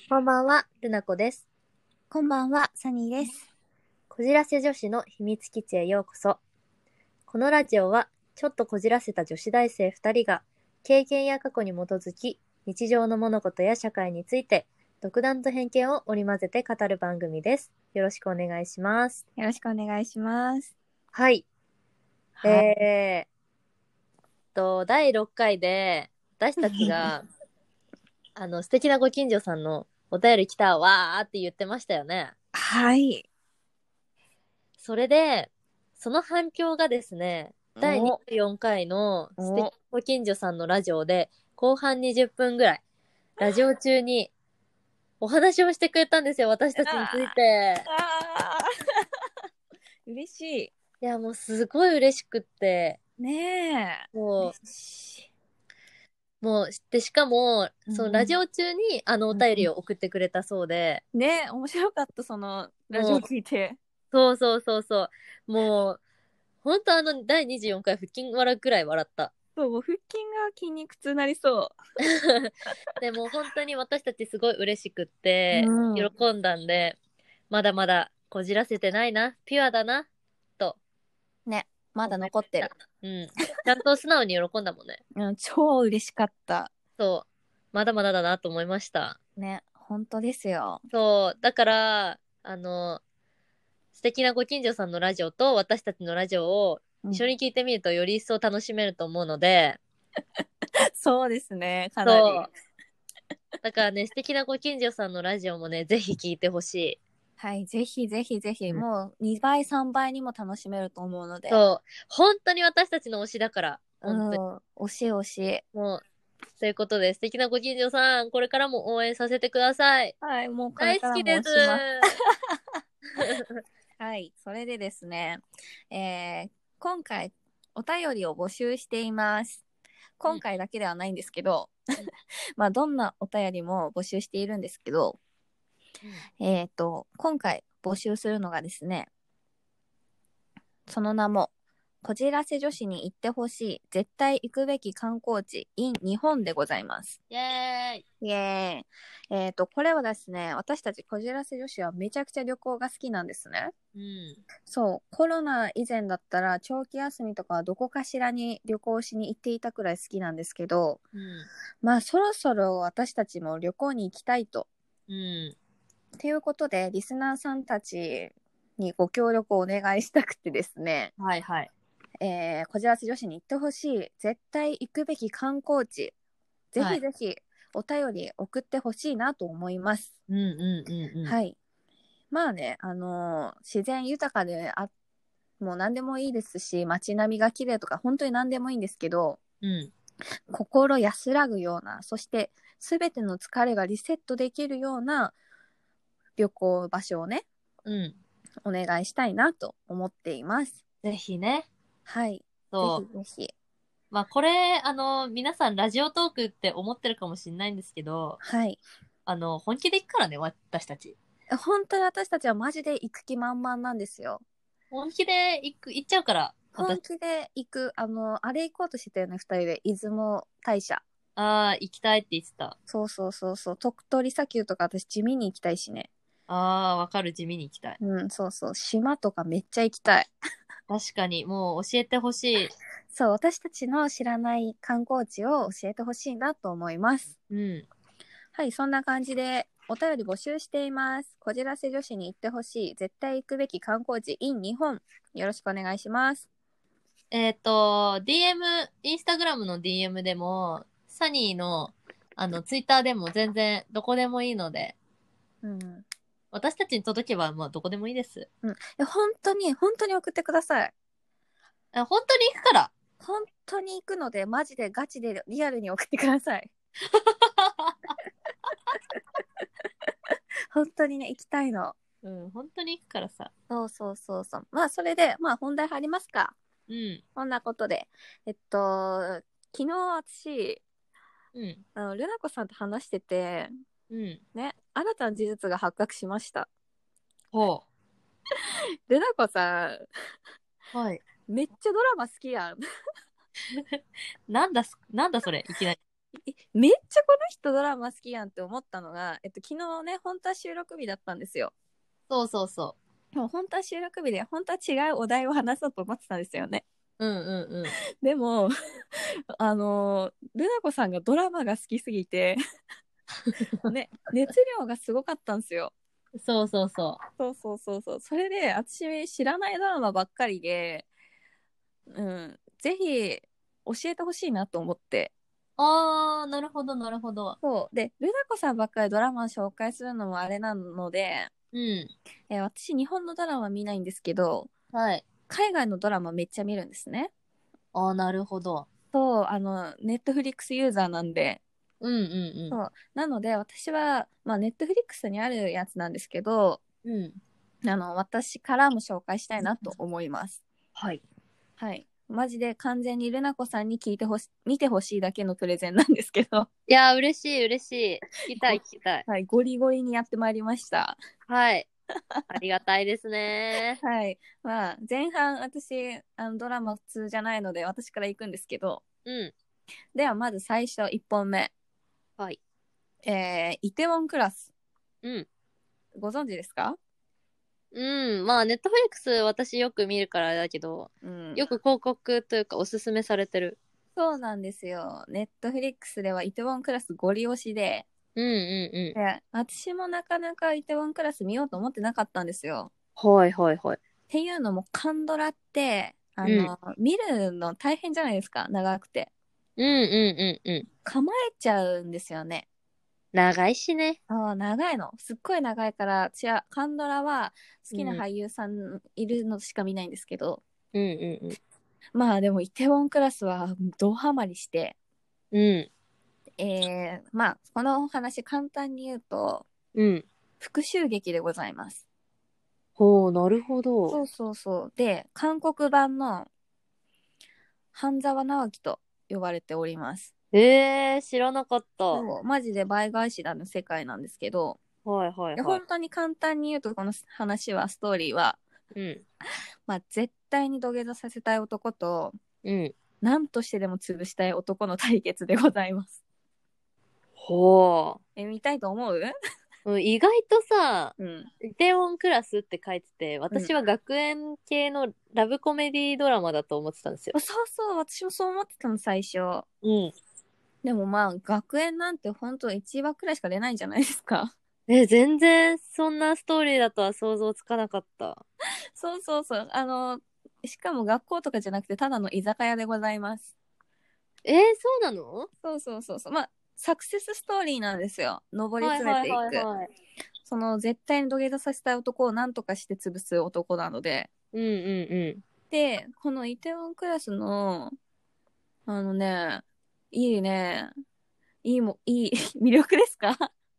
こんばんは、るなこです。 こんばんは、サニーです。 こじらせ女子の秘密基地へようこそ。このラジオは、ちょっとこじらせた女子大生2人が、経験や過去に基づき、日常の物事や社会について、独断と偏見を織り交ぜて語る番組です。よろしくお願いします。 よろしくお願いします。 はい。 はい。 第6回で、私たちが、素敵なご近所さんのお便り来たわーって言ってましたよね。 はい。 それで、その反響がですね、第お、 24回の素敵お、 なご近所さんのラジオで、後半20分ぐらい、ラジオ中にお話をしてくれたんですよ、私たちについあて。 嬉しい。 いや、もうすごい嬉しくって、 ねえ。 も嬉しい。 もう、で、しかも、そのラジうんオ中におうんうん便りを送ってくれたそうで、 ねえ、面白かった、その、ラジオもう、 聞いて。 そうそうそうそう、もう、ほんと第24回腹筋笑うくらい笑った。 そう、もう腹筋が筋肉痛になりそでも本当に私たちすごい嬉しくって、 う。うん。 喜んだんで、まだまだこじらせてないな、ピュアだな、とね、まだ思いました。 残ってる。 うん。ちゃんと素直に喜んだもんね。 うん、超嬉しかった。 そう。まだまだだなと思いました。 ね、本当ですよ。 そう。だから、素敵なご近所さんのラジオと私たちのラジオをうん、 一緒に聞いてみるとより一層楽しめると思うので、 そうですね、かなり。 そう。だからね、素敵なご近所さんのラジオもね、ぜひ聞いてほしい。 はい、ぜひぜひぜひ、 うん。 もう2倍、3倍にも楽しめると思うので。 そう。本当に私たちの推しだから。 う本当に。 ん、惜しい惜しい。 もう、ということで、素敵なご近所さん、これからも応援させてください。 はい、もうこれからも大好きです。 押します。はい、それでですね、今回お便りを募集しています。 うん。 今回だけではないんですけど、 うん。 まあどんなお便りも募集しているんですけど、 うん。 今回募集するのがですね、その名も、こじらせ女子に行ってほしい、絶対行くべき観光地 in 日本でございます。 イェーイ。 イエーイ。これはですね、私たちこじらせ女子はめちゃくちゃ旅行が好きなんですね。 うん。 そう、コロナ以前だったら長期休みとかどこかしらに旅行しに行っていたくらい好きなんですけど、 うん。 まあそろそろ私たちも旅行に行きたいと。 うん。 っていうことで、リスナーさんたちにご協力をお願いしたくてですね、 はいはい。 こじらせ女子に行ってほしい、絶対行くべき観光地、ぜはい。 ひぜひお便り送ってほしいなと思います。 うんうんうんうん。 はい。まあね、自然豊かでもう何でもいいですし、街並みが綺麗とか本当に何でもいいんですけど、 うん。 心安らぐような、そして全ての疲れがリセットできるような旅行場所をね、 うん。 お願いしたいなと思っています。 ぜひね。 はい。ぜひそう。 ぜひ。 まあこれ、皆さんラジオトークって思ってるかもしれないんですけど、 はい。 本気で行くからね、私たち。 本当に私たちはマジで行く気満々なんですよ。 本気で行っちゃうから、私。 本気で行く、あれ行こうとしてたよね、二人で。出雲大社。 ああ、行きたいって言ってた。 そうそうそうそう。鳥取砂丘とか私地味に行きたいしね。 ああ、わかる。地味に行きたい。 うん、そうそう。島とかめっちゃ行きたい。 確かに、もう教えてほしい。 そう、私たちの知らない観光地を教えてほしいなと思います。 うん。 はい、そんな感じでお便り募集しています。こじらせ女子に行ってほしい、絶対行くべき観光地 in 日本。よろしくお願いします。 DM、インスタグラムの DM でも、サニーの、ツイッターでも全然どこでもいいので、 うん。 私たちに届けば、まあ、どこでもいいです。 うん。本当に、本当に送ってください。 本当に行くから。 本当に行くので、マジでガチでリアルに送ってください。本当にね、行きたいの。 うん、本当に行くからさ。 そうそうそうそう。まあ、それで、まあ、本題入りますか。 うん、 こんなことで。昨日私、 うん、 ルナコさんと話してて、 うん。 ね、新たな事実が発覚しました。 ほルナコさん、 う。はい。 めっちゃドラマ好きやん。 なんだそれ、いきなり。 めっちゃこの人ドラマ好きやんって思ったのが、昨日ね、本当は収録日だったんですよ。 そうそうそでも本当は収録日で、本当は違うお題を話そうと思ってたんですよね。 う。うんうんうん。 でも、ルナ子さんがドラマが好きすぎて、ね、熱量がすごかったんですよ。 そうそうそそうそうそうそう。それで、私知らないドラマばっかりで、ぜひ教えてほしいなと思って。 う。あー、なるほどなるほど。 そう。で、ルナ子さんばっかりドラマを紹介するのもあれなので、 うん。 私日本のドラマ見ないんですけど、 はい。 海外のドラマめっちゃ見るんですね。 あー、なるほど。 そう、ネットフリックスユーザーなんで、 うんうんそう。なので、私は、まあ、ネットフリックスにあるやつなんですけど、 うん。うん。 私からも紹介したいなと思います。 はい。 はい。マジで完全にルナ子さんに見てほしいだけのプレゼンなんですけど、 いやー、嬉しい嬉しい。聞きたい聞きたい。 はい、ゴリゴリにやってまいりました。 はい。ありがたいですね。 はい。まあ、前半、私、ドラマ普通じゃないので、私から行くんですけど、 うん。 では、まず最初、1本目。 はい。 イテウォンクラス。 うん。 ご存知ですか？ うん。まあ、ネットフリックス私よく見るからあれだけど、 うん。 よく広告というかおすすめされてる。 そうなんですよ。ネットフリックスではイテウォンクラスゴリ押しで、 うんうんうん。 で、私もなかなかイテウォンクラス見ようと思ってなかったんですよ。 はいはいはい。 っていうのも、カンドラって、 うん。 見るの大変じゃないですか、長くて。 うんうんうんうん。 構えちゃうんですよね。 長いしね。 長いの。すっごい長いから、カンドラは好うん。 きな俳優さんいるのしか見ないんですけど、 うんうんまあでもイテウォンクラスはドハマりして、 うん。うん。 まあこのお話簡単に言うと、 うん。 復讐劇でございます。 ほう、なるほど。 そうそうそう。で、韓国版の半沢直樹と呼ばれております。 知らなかった。はそう、マジで倍返しだの世界なんですけど、 いはいはい。 本当に簡単に言うと、この話は、ストーリーは、 うん。 まあ、絶対に土下座させたい男と、 うん。 何としてでも潰したい男の対決でございます。 ほ見たいと思う？ う。うん、意外とさ、 うん。 イテウォンクラスって書いてて、 うん。 私は学園系のラブコメディドラマだと思ってたんですよ。 そうそう、私もそう思ってたの、最初。 うん。 でもまあ、学園なんて本当1話くらいしか出ないんじゃないですか。 全然そんなストーリーだとは想像つかなかった。 そうそうそう。しかも学校とかじゃなくて、ただの居酒屋でございます。 そうなの？ そうそうそうそう。まあ、サクセスストーリーなんですよ。上り詰めはいはいていく。 はいはい。 その絶対に土下座させたい男を何とかして潰す男なので。 うんうんで、このイテウォンクラスの、あのね、いいね、いい魅力ですか？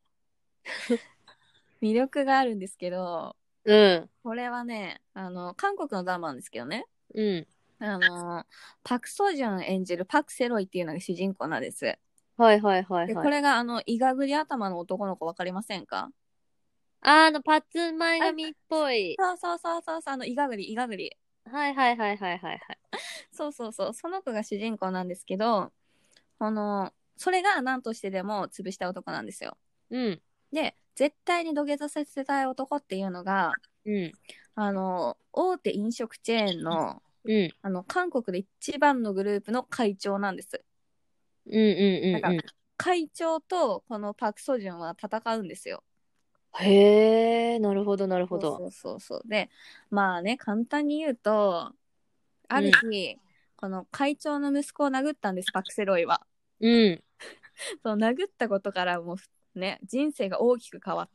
魅力があるんですけど、 うん。うん。 これはね、韓国のドラマなんですけどね、 うん。 パク・ソジュン演じるパク・セロイっていうのが主人公なんです。 はいはいはいで、 はい。 これがイガグリ頭の男の子わかりませんか？ パッツン前あ、 髪っぽい。 そうそうそうそうそう、イガグリ。 はいはいはいはいはいはい。 そうそうそう、その子が主人公なんですけど、それが何としてでも潰した男なんですよ。 うん。 で、絶対に土下座させたい男っていうのが、 うん。 大手飲食チェーンの、 うん。 韓国で一番のグループの会長なんです。 うんうんだから、 うんう会長とこのパク・ソジュンは戦うんですよ。 ん。へえ、なるほどなるほど。 そうそうそうそう。で、まあね、簡単に言うと、あるうん。 日、この会長の息子を殴ったんです、パク・セロイは。 うん。 そう、殴ったことからもうね、人生が大きく変わって、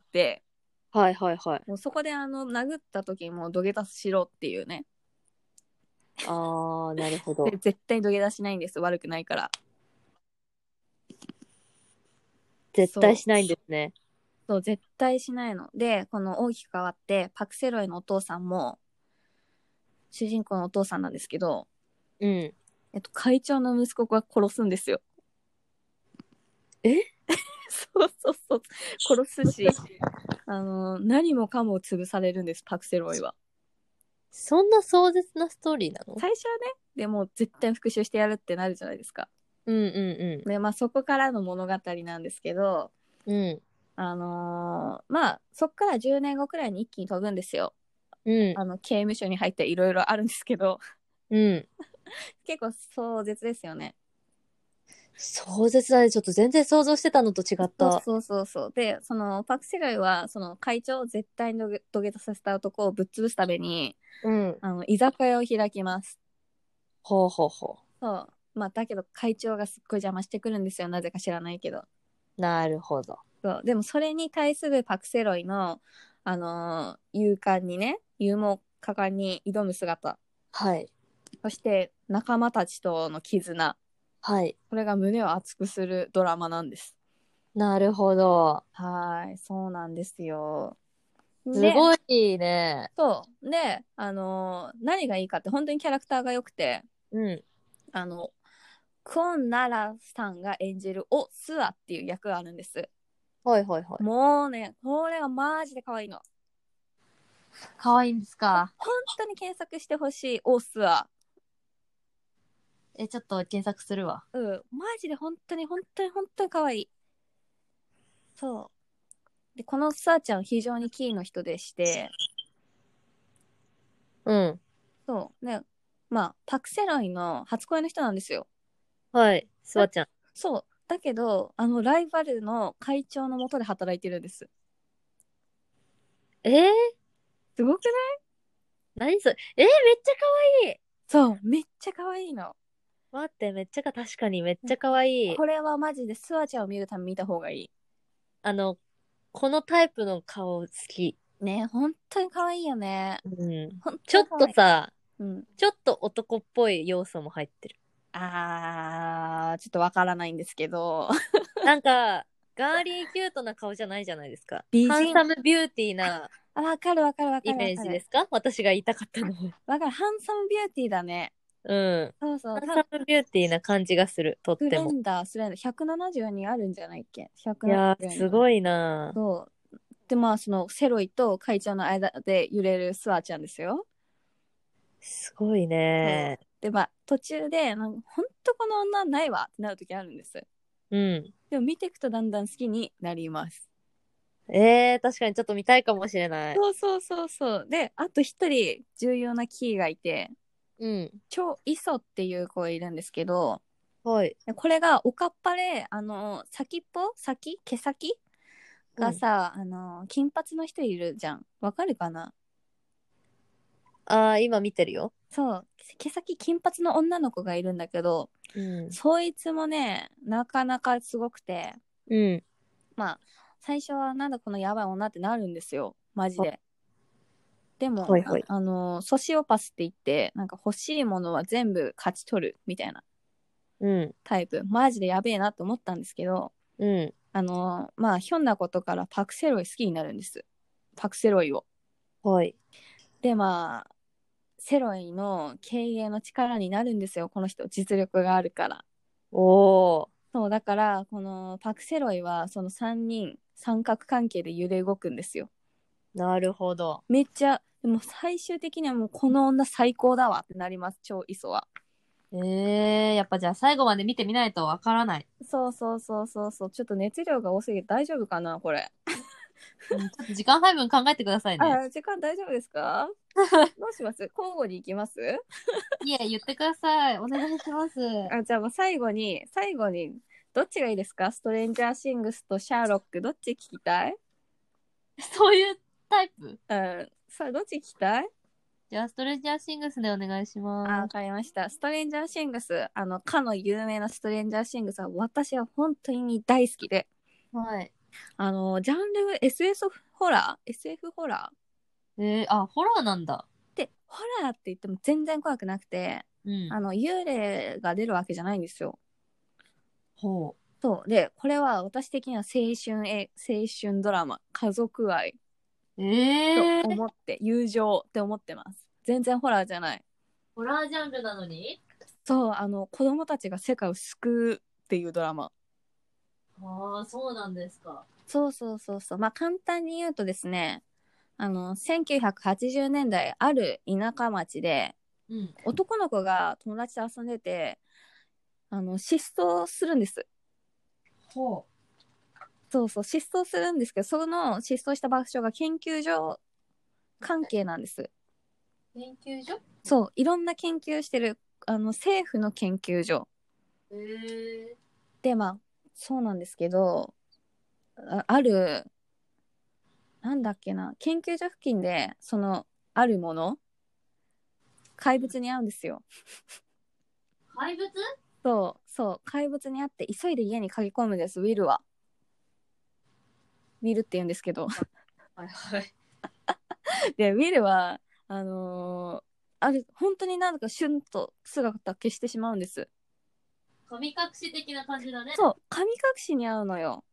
はいはいはい。 もうそこで殴った時にもう土下座しろっていうね。 あー、なるほで、 ど。 絶対土下座しないんです。悪くないから。 絶対しないんそう。 ですね。 そう、絶対しないの。で、この大きく変わって、パクセロイのお父さんも、主人公のお父さんなんですけど、 うん。 会長の息子が殺すんですよ。 えそうそうそう。殺すし、何もかも潰されるんです、パクセロイは。 そんな壮絶なストーリーなの？ 最初はね、でも絶対復讐してやるってなるじゃないですか。 うんうで、まあそこからの物語なんですけど、 んうん。うん。 まあそっから10年後くらいに一気に飛ぶんですよ。 うん。 刑務所に入っていろいろあるんですけど、 うん。 結構壮絶ですよね。 壮絶だね。ちょっと全然想像してたのと違った。 そうそうそうそう。で、そのパク・セロイは、その会長を絶対に土下座させた男をぶっ潰すために、 うん。 居酒屋を開きます。 ほうほうほそう。まあ、だけど会長がすっごい邪魔してくるんですよ。なぜか知らないけど。 う。なるほど。 そう。でもそれに対するパク・セロイの、勇敢にね、勇猛果敢に挑む姿。 はい。 そして仲間たちとの絆。 はい。 これが胸を熱くするドラマなんです。 なるほど。 はい、そうなんですよ。で、 すごいね。 そう。で、何がいいかって本当にキャラクターが良くて、 うん。 あの、クオン・ナラさんが演じるオ・スアっていう役があるんです。 はいはいはい。 もうね、これはマジで可愛いの。 可愛いんですか？ 本当に検索してほしい、オ・スア。 ちょっと検索するわ。 うん、マジで本当に本当に本当に可愛い。そう。で、このスアちゃん非常にキーの人でして、 うん。 そう。ね、まあ、パクセロイの初恋の人なんですよ。 はい。スだワちゃん。 そう。だけど、ライバルの会長のもとで働いてるんです。 えー、 すごくない？ 何それ。めっちゃ可愛い。 そう。めっちゃ可愛いの。 待って、確かにめっちゃ可愛い。 これはマジでスワちゃんを見るために見た方がいい。 あの、このタイプの顔好き。 ね、本当に可愛いよね。 うん。 本ちょっ当に可愛い。 とさ、 うん。 ちょっと男っぽい要素も入ってる。 ちょっとわからないんですけど。 なんか、ガーリーキュートな顔じゃないじゃないですか。 美人。 ハンサムビューティーなわかるわかるわかイメーるわかる。 ジですか？私が言いたかったのは。 わかる。ハンサムビューティーだね。 うん。 そうそう。 ハンサムビューティーな感じがする。とっスても。 レンダー、スレンダー。172あるんじゃないっけ？ いやー、 172。 すごいなそう。で、まあ、そのセロイと会長の間で揺れるスワちゃんですよ。 ー。すごいそう。 ねで、まあ、途中で、ほんとこの女ないわってなる時あるんです。 ー。うん。 でも見ていくとだんだん好きになります。 確かにちょっと見たいかもしれない。 そうそうそうそう。で、あと一人重要なキーがいて、 うん。 チョ・イソっていう子がいるんですけど、 はい。 これがおかっぱで、毛先うん。 がさ、金髪の人いるじゃん。わかるかな？ あー、今見てるよ。 そう、毛先金髪の女の子がいるんだけど、 うん。 そいつもね、なかなかすごくて、 うん。 まあ、最初はなんだこのやばい女ってなるんですよ。マジはで。でも、 はいはい。 ソシオパスって言って、なんか欲しいものは全部勝ち取るみたいなうん。 タイプ。マジでやべえなって思ったんですけど、 うん。 まあ、ひょんなことからパクセロイ好きになるんです。パクセロイを。 はい。 で、まあ、セロイの経営の力になるんですよ。この人、実力があるから。 おー。 そう、だから、このパクセロイは、その3人、三角関係で揺れ動くんですよ。 なるほど。 めっちゃ、でも最終的にはもうこの女最高だわってなります、超磯は。 やっぱじゃあ最後まで見てみないとわからない。 そうそうそうそうそう。ちょっと熱量が多すぎて大丈夫かな、これ。 うん、ちょっと時間配分考えてくださいね。 時間大丈夫ですか？どうします？交互に行きます？ いえ、言ってください。お願いします。 じゃあもう最後に、どっちがいいですか？ストレンジャーシングスとシャーロック、どっち聞きたい？ そういうタイプ？ うん。さあ、どっち聞きたい？ じゃあ、ストレンジャーシングスでお願いしわます。 かりました。ストレンジャーシングス、かの有名なストレンジャーシングスは私は本当に大好きで、 はい。 ジャンル SF ホラーホラーなんだ。 で、ホラーって言っても全然怖くなくて、 うん。 幽霊が出るわけじゃないんですよ。 ほそう。で、これは私的には青春ドラマ、家族愛う。 と思って、友情って思ってます。全然ホラーじゃない。 ホラージャンルなのに？ そう、子供たちが世界を救うっていうドラマ。 ああ、そうなんですか。 そうそうそうそう。まあ、簡単に言うとですね、1980年代、ある田舎町で、 うん。 男の子が友達と遊んでて、 失踪するんです。 ほそうそう、失踪するんですけど、その失踪した場所が研究所関係なんです。 う。研究所。 そう、いろんな研究してる、政府の研究所。 へえ。 で、まあ、そうなんですけど、ある、なんだっけな、研究所付近で、あるもの、怪物に会うんですよ。 怪物。 そう、そう、怪物に会って急いで家に駆け込むんです、ウィルは。ウィルって言うんですけど。 はいはい。 で、ウィルは、本当になんかシュンと姿消してしまうんです。 神隠し的な感じだね。 そう、神隠しに遭うのよ。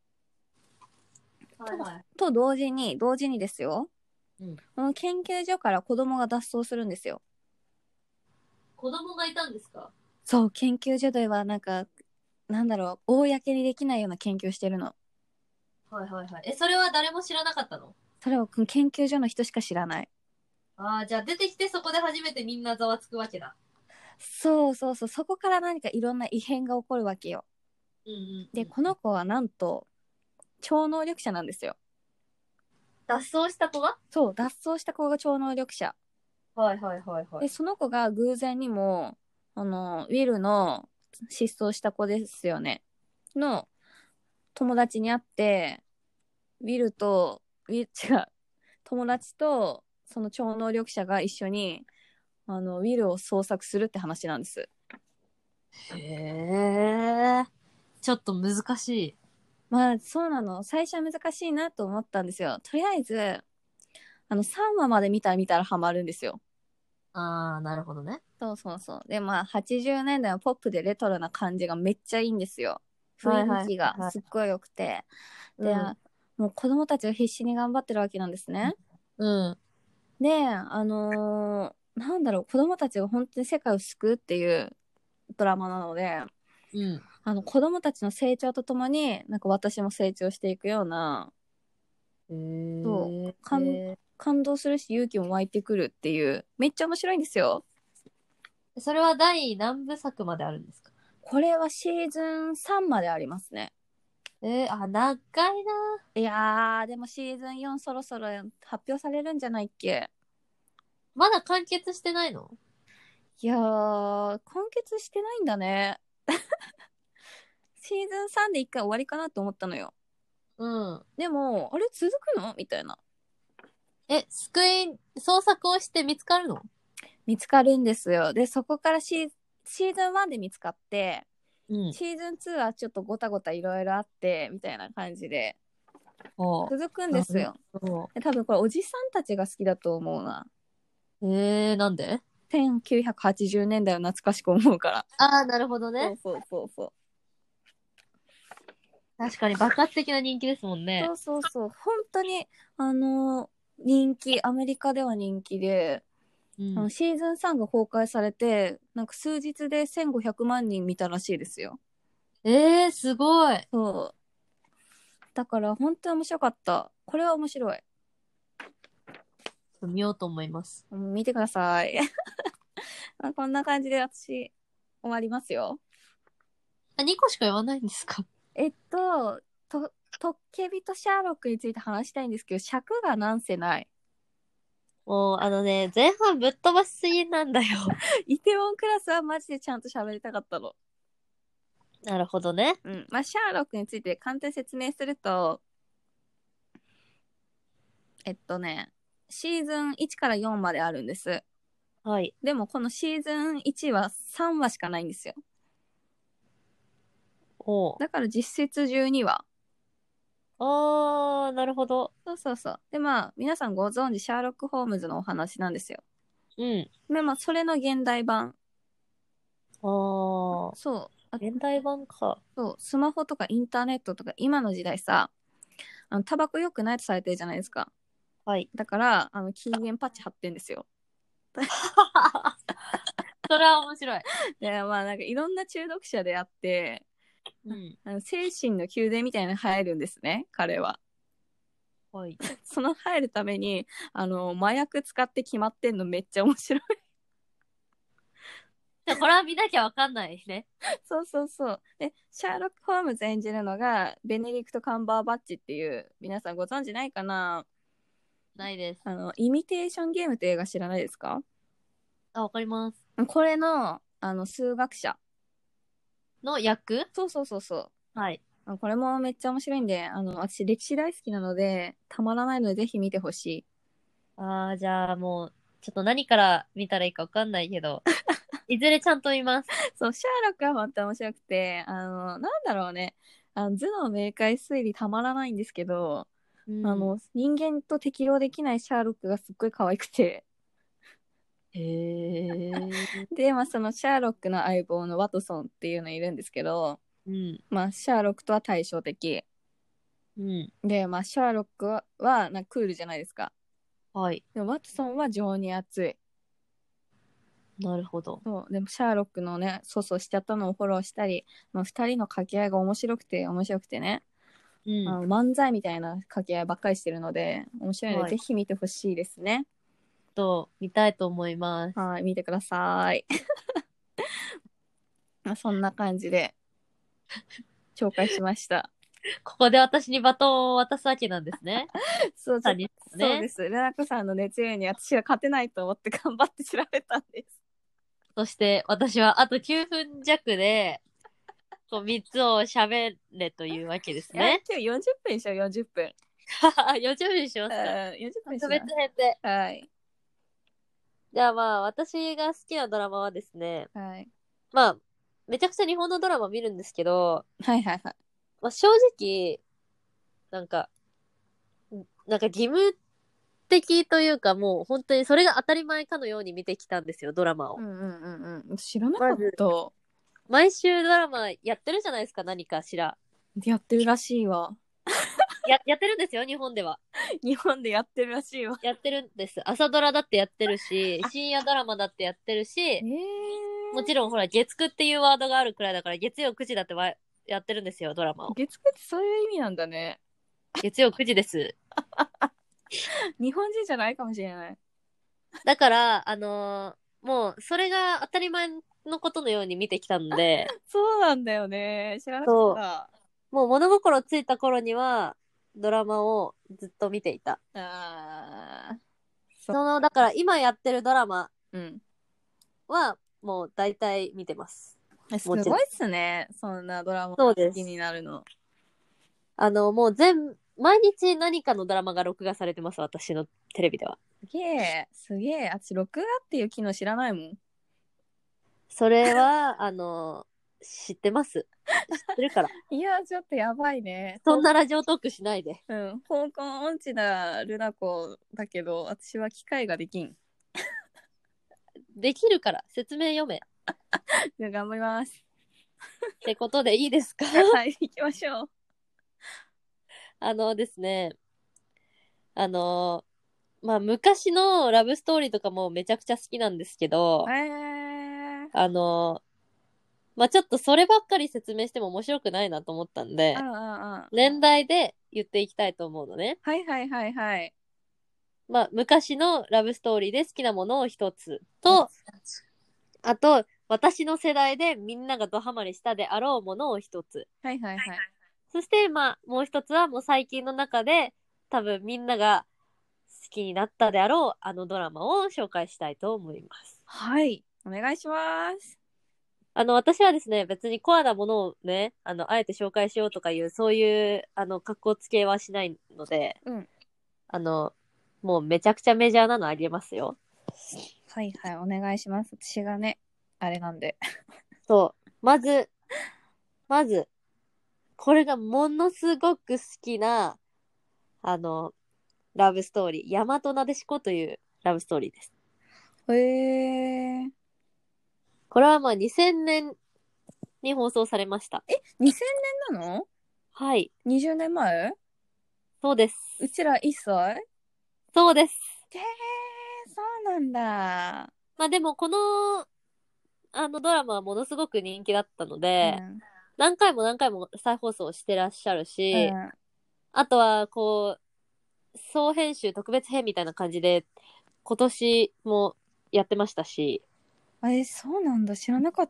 はいはい。 と同時にですよ。 うん。 この研究所から子供が脱走するんですよ。 子供がいたんですか？ そう、研究所ではなんか、なんだろう、公にできないような研究してるの。 はいはいはい。それは誰も知らなかったの？ それを研究所の人しか知らない。 ああ、じゃあ出てきてそこで初めてみんなざわつくわけだ。 そうそうそう、そこから何かいろんな異変が起こるわけよ。 うんうんうで、 ん。 この子はなんと、超能力者なんですよ。 脱走した子が。 そう、脱走した子が超能力者。 はいはいはいはで、 い。 その子が偶然にも、ウィルの失踪した子ですよね。の友達に会って、ウィルと、違う、友達とその超能力者が一緒に、ウィルを捜索するって話なんです。 へえ。ちょっと難しい。 まあ、そうなの。最初は難しいなと思ったんですよ。とりあえず、3話まで見たらハマるんですよ。 ああ、なるほどね。 そうそうそう。で、まあ、80年代のポップでレトロな感じがめっちゃいいんですよ。雰はいはい囲気がはい。 すっごい良くて。で、 うん。 もう子供たちが必死に頑張ってるわけなんですね。 うん。 で、なんだろう、子供たちが本当に世界を救うっていうドラマなので、 うん。 子供たちの成長とともに、なんか私も成長していくような、そう、 へ感え。 感動するし勇気も湧いてくるっていう、めっちゃ面白いんですよ。 それは第何部作まであるんですか？ これはシーズン3までありますね。 長いな。 いやー、でもシーズン4そろそろ発表されるんじゃないっけ？ まだ完結してないの？ いやー、完結してないんだね。シーズン3で一回終わりかなと思ったのよ。 うん。 でも、あれ続くのみたいな。 捜索をして見つかるの？ 見つかるんですよ。で、そこからシーズン1で見つかって、 うん。 シーズン2はちょっとごたごたいろいろあって、みたいな感じで、 ほ続くんう。なるですよ。 ほど。 で多分これおじさんたちが好きだと思うな。 なんで？ 1980年代を懐かしく思うから。 ああー、なるほどね。 そうそうそうそう。 確かに爆発的な人気ですもんね。 そうそうそう。本当に、あの、人気、アメリカでは人気で、 うん。 シーズン3が公開されて、なんか数日で1500万人見たらしいですよ。 すごい。 そう。だから本当に面白かった。これは面白い。 見ようと思います。 見てください。こんな感じで私、終わりますよ。 2個しか言わないんですか？ えっと、トッケビとシャーロックについて話したいんですけど、尺がなんせない。 もう、前半ぶっ飛ばしすぎなんだよ。 イテウォンクラスはマジでちゃんと喋りたかったの。 なるほどね。 うん。まあ、シャーロックについて簡単に説明すると、シーズン1から4まであるんです。 はい。 でもこのシーズン1は3話しかないんですよ。 おう。 だから実質12話。 なるほど。 そうそうそう。で、まあ、皆さんご存知、シャーロック・ホームズのお話なんですよ。 うん。 で、まあ、それの現代版。 あそう。 現代版か。 そう、スマホとかインターネットとか、今の時代さ、タバコ良くないとされてるじゃないですか。 はい。 だから、禁煙パッチ貼ってんですよ。 それは面白い。 で、まあ、なんかいろんな中毒者であって、 うん。 精神の宮殿みたいなのに入るんですね、彼は。 はい。 その入るために、麻薬使って決まってんのめっちゃ面白い。 これは見なきゃわかんないね。 そうそうそう。で、シャーロック・ホームズ演じるのが、ベネディクト・カンバーバッチっていう、皆さんご存知ないかな？ ないです。 イミテーションゲームって映画知らないですか？ あ、わかります。 これの、数学者。 の役。 そうそうそうそう。 はい。 これもめっちゃ面白いんで、私歴史大好きなので、たまらないのでぜひ見てほしい。 じゃあもう、ちょっと何から見たらいいかわかんないけど、いずれちゃんと見ます。 そう、シャーロックは本当面白くて、なんだろうね、頭脳明快推理たまらないんですけど、 うん。 人間と適応できないシャーロックがすっごい可愛くて、 へえ。 で、そのシャーロックの相棒のワトソンっていうのいるんですけど、 うん。 シャーロックとは対照的。 うん。 で、シャーロックはなんかクールじゃないですか。 はい。 でもワトソンは情に熱い。 なるほど。 そう、でもシャーロックのね、粗相しちゃったのをフォローしたり、二人の掛け合いが面白くてね、 うん。 漫才みたいな掛け合いばっかりしてるので、面白いので、 はい。 ぜひ見てほしいですね。 見たいと思います。 はい、見てください。そんな感じで紹介しました。 ここで私にバトンを渡すわけなんですね。 そう、ちょっと、 サニーさんね。 そうです。レナコさんの熱量に私は勝てないと思って頑張って調べたんです。 そして私はあと9分弱で、こう3つを喋れというわけですいや、 ね。 今日40分にしよう、40分。 40分にしますか？ 40分にし特な。 別編で。 はい。 じゃあまあ、私が好きなドラマはですね、 はい。 まあ、めちゃくちゃ日本のドラマ見るんですけど、 はいはいはい。 まあ、正直、なんか、義務的というかもう本当にそれが当たり前かのように見てきたんですよ、ドラマを。 うんうんうんうん。知らなかまず、 った。 毎週ドラマやってるじゃないですか、何かしら。 やってるらしいわ。 やってるんですよ、日本では。 日本でやってるらしいわ。 やってるんです。朝ドラだってやってるし、深夜ドラマだってやってるし、もちろんほら、月9っていうワードがあるくらいだから、月曜9時だってやってるんですよ、ドラマを。 月9ってそういう意味なんだね。 月曜9時です。 日本人じゃないかもしれない。 だから、もう、それが当たり前のことのように見てきたので、 そうなんだよね。知らなかっそた。 う、もう物心ついた頃には、ドラマをずっと見ていた。 あー、 だから今やってるドラマうん。 は、もう大体見てます。 すもちろん。 ごいっすね。そんなドラマそうです。 好きになるの。 もう毎日何かのドラマが録画されてます、私のテレビでは。 すげえ、すげえ。私、録画っていう機能知らないもん。 それは、知ってます。知ってるから。 いや、ちょっとやばいね。 そんなラジオトークしないで。 うん、香港音痴なルナ子だけど、私は機械ができん。 できるから、説明読め。っじゃあ頑張ります。 てことでいいですか？ はい、行きましょう。 ですね、あの、まあ、昔のラブストーリーとかもめちゃくちゃ好きなんですけど、あの、まあ、ちょっとそればっかり説明しても面白くないなと思ったんで、 あ。 年代で言っていきたいと思うのね。 はいはいはいはい。 まあ、昔のラブストーリーで好きなものを一つと、あと、私の世代でみんながドハマりしたであろうものを一つ。 はいはいはい。 そして、まあ、もう一つはもう最近の中で多分みんなが好きになったであろうあのドラマを紹介したいと思います。 はい。お願いします。 私はですね、別にコアなものをね、あえて紹介しようとかいう、そういう、格好つけはしないので、 うん。 あの、もうめちゃくちゃメジャーなのあげますよ。 はいはい、お願いします。私がね、あれなんで。 そう。まず、これがものすごく好きな、あの、ラブストーリー。大和なでしこというラブストーリーです。 へえ。 これはまあ2000年に放送されました。 2000年なの？ はい。 20 年前？ そうです。 うちら1歳？ そうです。 そうなんだ。 まあでもこの、ドラマはものすごく人気だったので、 うん。 何回も何回も再放送してらっしゃるし、 うん。 あとはこう、総編集特別編みたいな感じで、今年もやってましたし、 そうなんだ。知らなかった。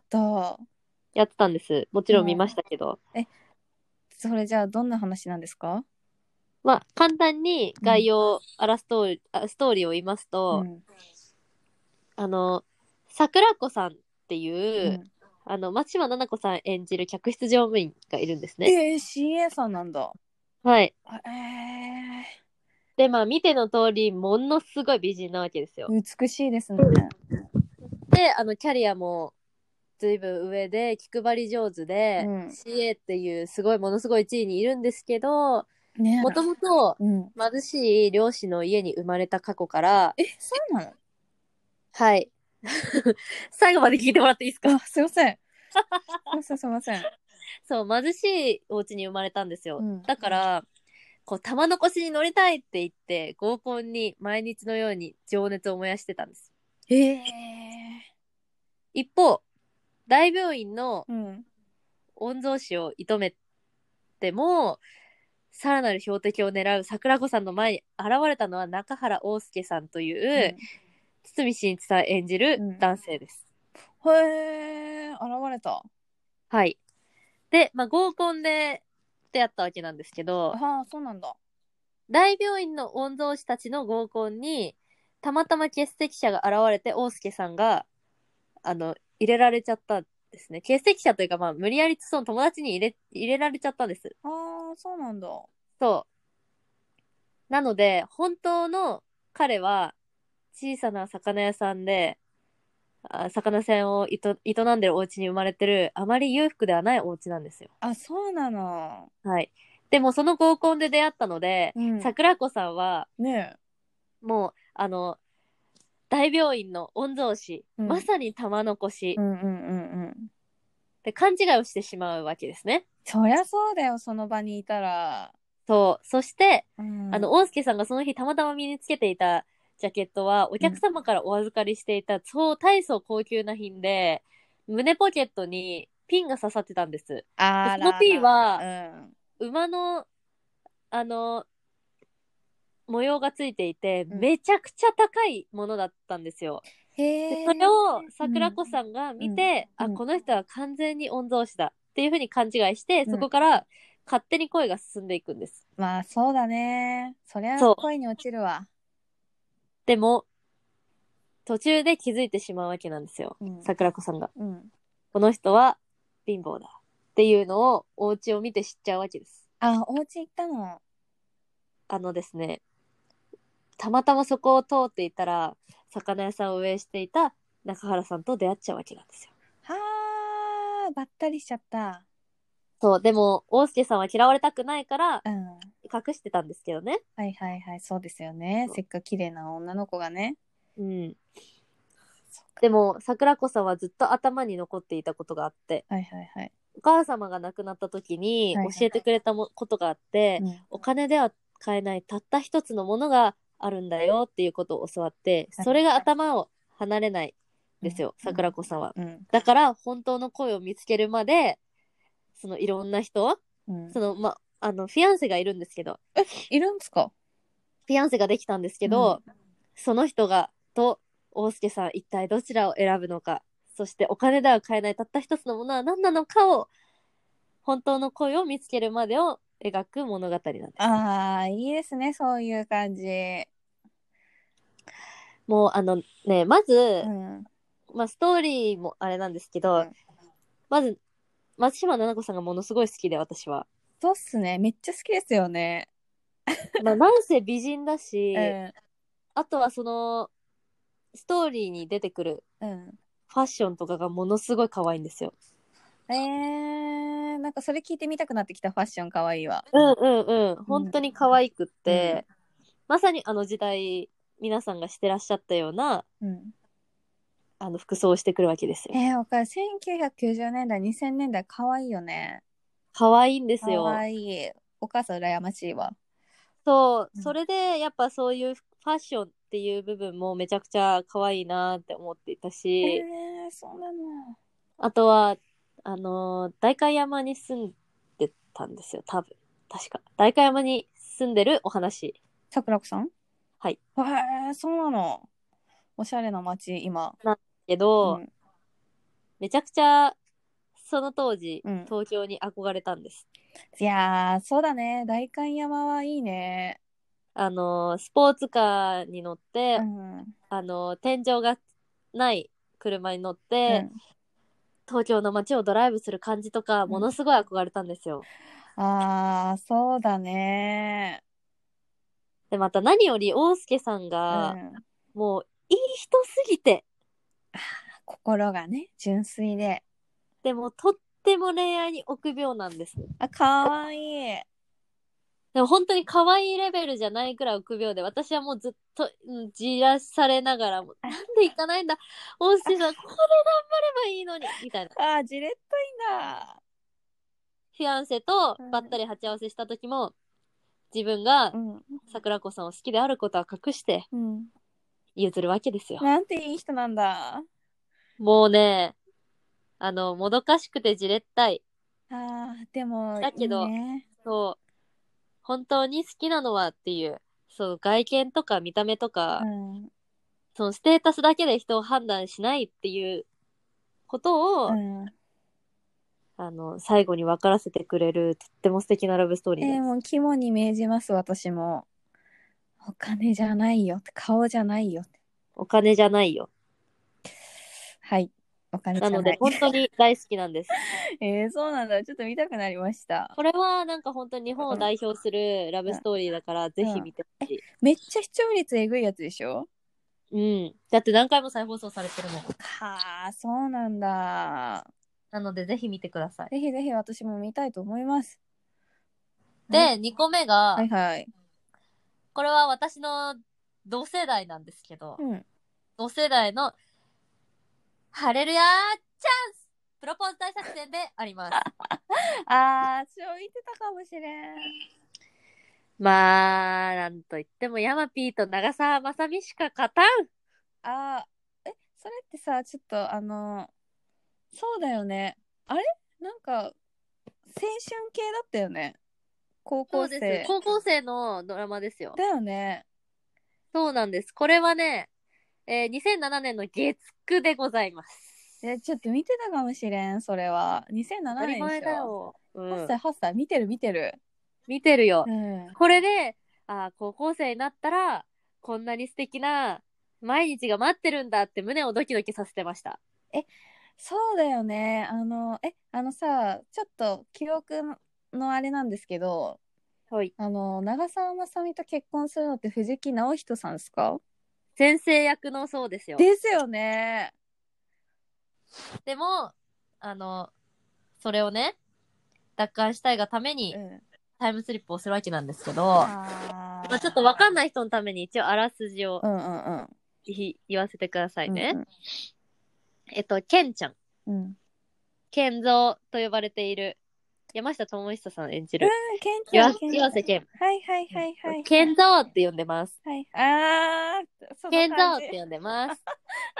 やってたんです。もちろん見ましたけど。 それじゃあどんな話なんですか？ まあ、簡単に概要、ストーリーを言いますと、 うん。 あの、桜子さんっていう、 うん。 松島菜々子さん演じる客室乗務員がいるんですね。 CA さんなんだ。 はい。で、まあ、見ての通り、ものすごい美人なわけですよ。 美しいですね。 で、キャリアも随分上で、気配り上手で、 うん。 CA っていうすごい、ものすごい地位にいるんですけど、 ね。 もともとうん。 貧しい漁師の家に生まれた過去から、 そうなの？ はい。最後まで聞いてもらっていいですか？ すいません。すいません。 そう、貧しいお家に生まれたんですよ。 うん。 だから、こう、玉の輿に乗りたいって言って、合コンに毎日のように情熱を燃やしてたんです。一方、大病院のうん。 御曹司を射止めても、さらなる標的を狙う桜子さんの前に現れたのは中原大輔さんという、堤真一さん演じる男性です。 現れた。 はい。で、まあ、合コンで出会ったわけなんですけど、 そうなんだ。 大病院の御曹司たちの合コンに、たまたま欠席者が現れて、大輔さんが、入れられちゃったんですね。欠席者というか、まあ、無理やりその友達に入れられちゃったんです。 そうなんだ。 そう。なので、本当の彼は、小さな魚屋さんで、魚船を営んでるお家に生まれてる、あまり裕福ではないお家なんですよ。 そうなの。 はい。でも、その合コンで出会ったので、 うん。 桜子さんは、 ねもう、大病院の御曹司、 え。 まさに玉の輿うん。 で勘違いをしてしまうわけですね。 そりゃそうだよ、その場にいたら。 そう。そして、 うん。 大輔さんがその日たまたま身につけていたジャケットは、お客様からお預かりしていた大層高級な品で、胸ポケットにピンが刺さってたんです。で、そのピンは、馬の、あの、模様がついていて、めちゃくちゃ高いものだったんですよ。で、それを桜子さんが見て、この人は完全に御曹司だっていうふうに勘違いして、そこから勝手に恋が進んでいくんです。 まあ、そうだね。そりゃそう。 恋に落ちるわ。 でも、途中で気づいてしまうわけなんですよ。桜子さんが。この人は貧乏だっていうのをお家を見て知っちゃうわけです。 お家行ったの？ ですね、たまたまそこを通っていたら、魚屋さんを運営していた中原さんと出会っちゃうわけなんですよ。 ばったりしちゃった。 そう、でも、大輔さんは嫌われたくないから、 うん。 隠してたんですけどね。 はいはいはい、そうですよね。せっかく綺麗な女の子がね。 うん。でも、桜子さんはずっと頭に残っていたことがあって、 はいはいはい。 お母様が亡くなった時にはいはい教えてくれたことがあって、お金では買えないたった一つのものがあるんだよっていうことを教わって、それが頭を離れないんですよ、桜子さんは。だから、本当の恋を見つけるまで、そのいろんな人、フィアンセがいるんですけど、 いるんですか？ フィアンセができたんですけど、その人と大輔さん一体どちらを選ぶのか、そしてお金では買えないたった一つのものは何なのかを、本当の恋を見つけるまでを描く物語なんです。 いいですね、そういう感じ。 もうまず、まあストーリーもあれなんですけど、まず、松島菜々子さんがものすごい好きで、私は。 そうっすね、めっちゃ好きですよね。 まあ、なんせ美人だし、あとはその、ストーリーに出てくるファッションとかがものすごい可愛いんですよ。 なんかそれ聞いてみたくなってきた。ファッション可愛いわ。 本当に可愛くって、まさにあの時代、皆さんがしてらっしゃったような、服装をしてくるわけですよ。 わかる。1990年代、2000年代可愛いよね。 可愛いんですよ。 可愛い。お母さん羨ましいわ。 そう、それでやっぱそういうファッションっていう部分もめちゃくちゃ可愛いなって思っていたし、 そうなの。 あとは、代官山に住んでたんですよ、多分。確か。代官山に住んでるお話。 桜子さん？ はい。 そうなの。おしゃれな街、今。 なんですけど、 めちゃくちゃその当時、 うん東京に憧れたんです。 いやー、そうだね。代官山はいいね。 スポーツカーに乗っうて、 ん。 天井がない車に乗っうて、 ん。 東京の街をドライブする感じとか、ものすごい憧れたんですよ。 あー、そうだね。 で、また何より、大介さんうが、 ん。 もう、いい人すぎて、 心がね、純粋で。 でも、とっても恋愛に臆病なんです。 あ、かわいい。 でも本当に可愛いレベルじゃないくらい臆病で、私はもうずっと、じらされながらも、なんで行かないんだ大介さん、ここで頑張ればいいのにみたいな。 あー、じれったいんだ。 フィアンセとばったり鉢合わせした時も、自分がうん。 桜子さんを好きであることは隠してうん。 譲るわけですよ。 なんていい人なんだ。 もうね、もどかしくてじれったい。 あー、でも、いいだけど、 ね。 そう、本当に好きなのはっていう、そう、外見とか見た目とうか、 ん。 そのステータスだけで人を判断しないっていうことを、 うん。 最後に分からせてくれる、とっても素敵なラブストーリーなんです。 もう肝に銘じます、私も。お金じゃないよって、顔じゃないよって。 お金じゃないよ。 はい。お金なので、 じゃない。 本当に大好きなんです。 そうなんだ。ちょっと見たくなりました。 これは、なんか本当に日本をうん。 代表するラブうん。 ストーリーだから、ぜうん。 ひ見てほしい。 めっちゃ視聴率えぐいやつでしょ？ うん。だって何回も再放送されてるもん。 はあ、そうなんだ。 なので、ぜひ見てください。 ぜひぜひ私も見たいと思います。 で、2個目が、 はいはい。 これは私の同世代なんですけど、 うん。 同世代のハレルヤチャンスプロポーズ大作戦であります。 あー、私も見てたかもしれん。 まあ、なんといってもヤマピーと長澤まさみしか勝たん。 あー、それってさ、ちょっとそうだよね。あれなんか、青春系だったよね。高そうです。 校生。 高校生のドラマですよ。 だよね。 そうなんです。これはね、2007年の月9でございます。 ちょっと見てたかもしれん、それは。 当 2007 たり前年でしょ？ だよ。う 8 ん。 歳、8歳、見てる見てる。 見てるよ。 うん。 これで、高校生になったら、こんなに素敵な毎日が待ってるんだって胸をドキドキさせてました。 そうだよね。さ、ちょっと記憶のあれなんですけど、 はい。 長澤まさみと結婚するのって藤木直人さんですか？ 先生役のそうですよ。 ですよね。 でも、あの、それをね、奪還したいがためにうん。 タイムスリップをするわけなんですけど、ちょっとあわかんない人のために一応あらすじをうんうん言わせてくださいうん。 ね。 うんケンちゃん。 うん。うん。 ケンゾーと呼ばれている山下智久さん演じるケンちゃん、ケンちゃん。 岩瀬ケン。 はいはいはいはい。 ケンゾーって呼んでます。 はい。そのケンゾ感じ。 ーって呼んでます。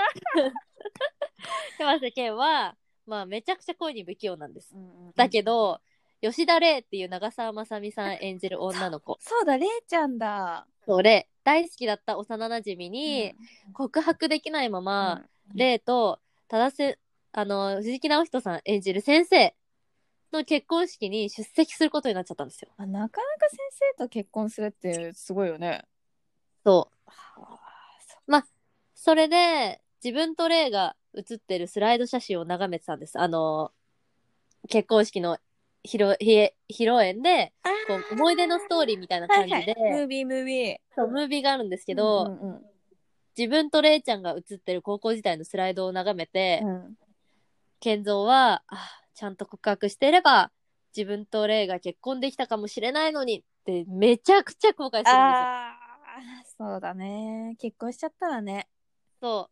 山瀬ケンは、まあめちゃくちゃ恋に不器用なんです。だけど、吉田玲っていう長澤まさみさん演じる女の子。 そうだ、れいちゃんだ。 それ、大好きだった幼馴染に告白できないまま、玲と、藤木直人さん演じる先生の結婚式に出席することになっちゃったんですよ。 なかなか先生と結婚するってすごいよね。 そう。まあ、それで、自分とレイが写ってるスライド写真を眺めてたんです。結婚式の披露宴で、こう、思い出のストーリーみたいな感じで、 はいはい、ムービー。 そう、ムービーがあるんですけど、 うんうん自分とレイちゃんが写ってる高校時代のスライドを眺めて、 うんケンゾーは、ちゃんと告白していれば、自分とレイが結婚できたかもしれないのにってめちゃくちゃ後悔するんですよ。 そうだね。結婚しちゃったらね。 そう。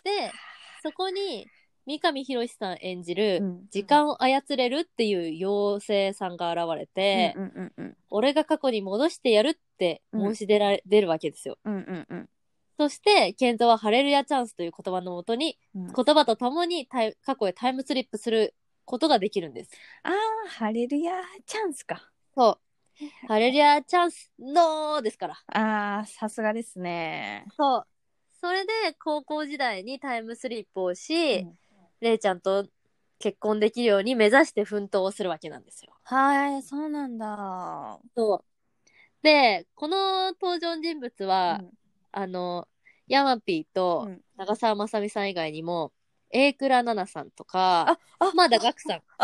で、そこに、三上博史さん演じる、時間を操れるっていう妖精さんが現れて、俺が過去に戻してやるって申し出るわけですよ。そして、ケンゾーはハレルヤチャンスという言葉のもとに、言葉とともに過去へタイムスリップすることができるんです。 ハレルヤチャンスか。 そう。ハレルヤチャンス、ノーですから。 さすがですね。 そう。それで、高校時代にタイムスリップをし、 レイちゃんと結婚できるように目指して奮闘をするわけなんですよ。 はい、そうなんだ。 そう。で、この登場人物は、 うん。 あの、ヤマピーとうん。 長澤まさみさん以外にも、榮倉奈々さんとか、 あ、あ、 浜田岳さん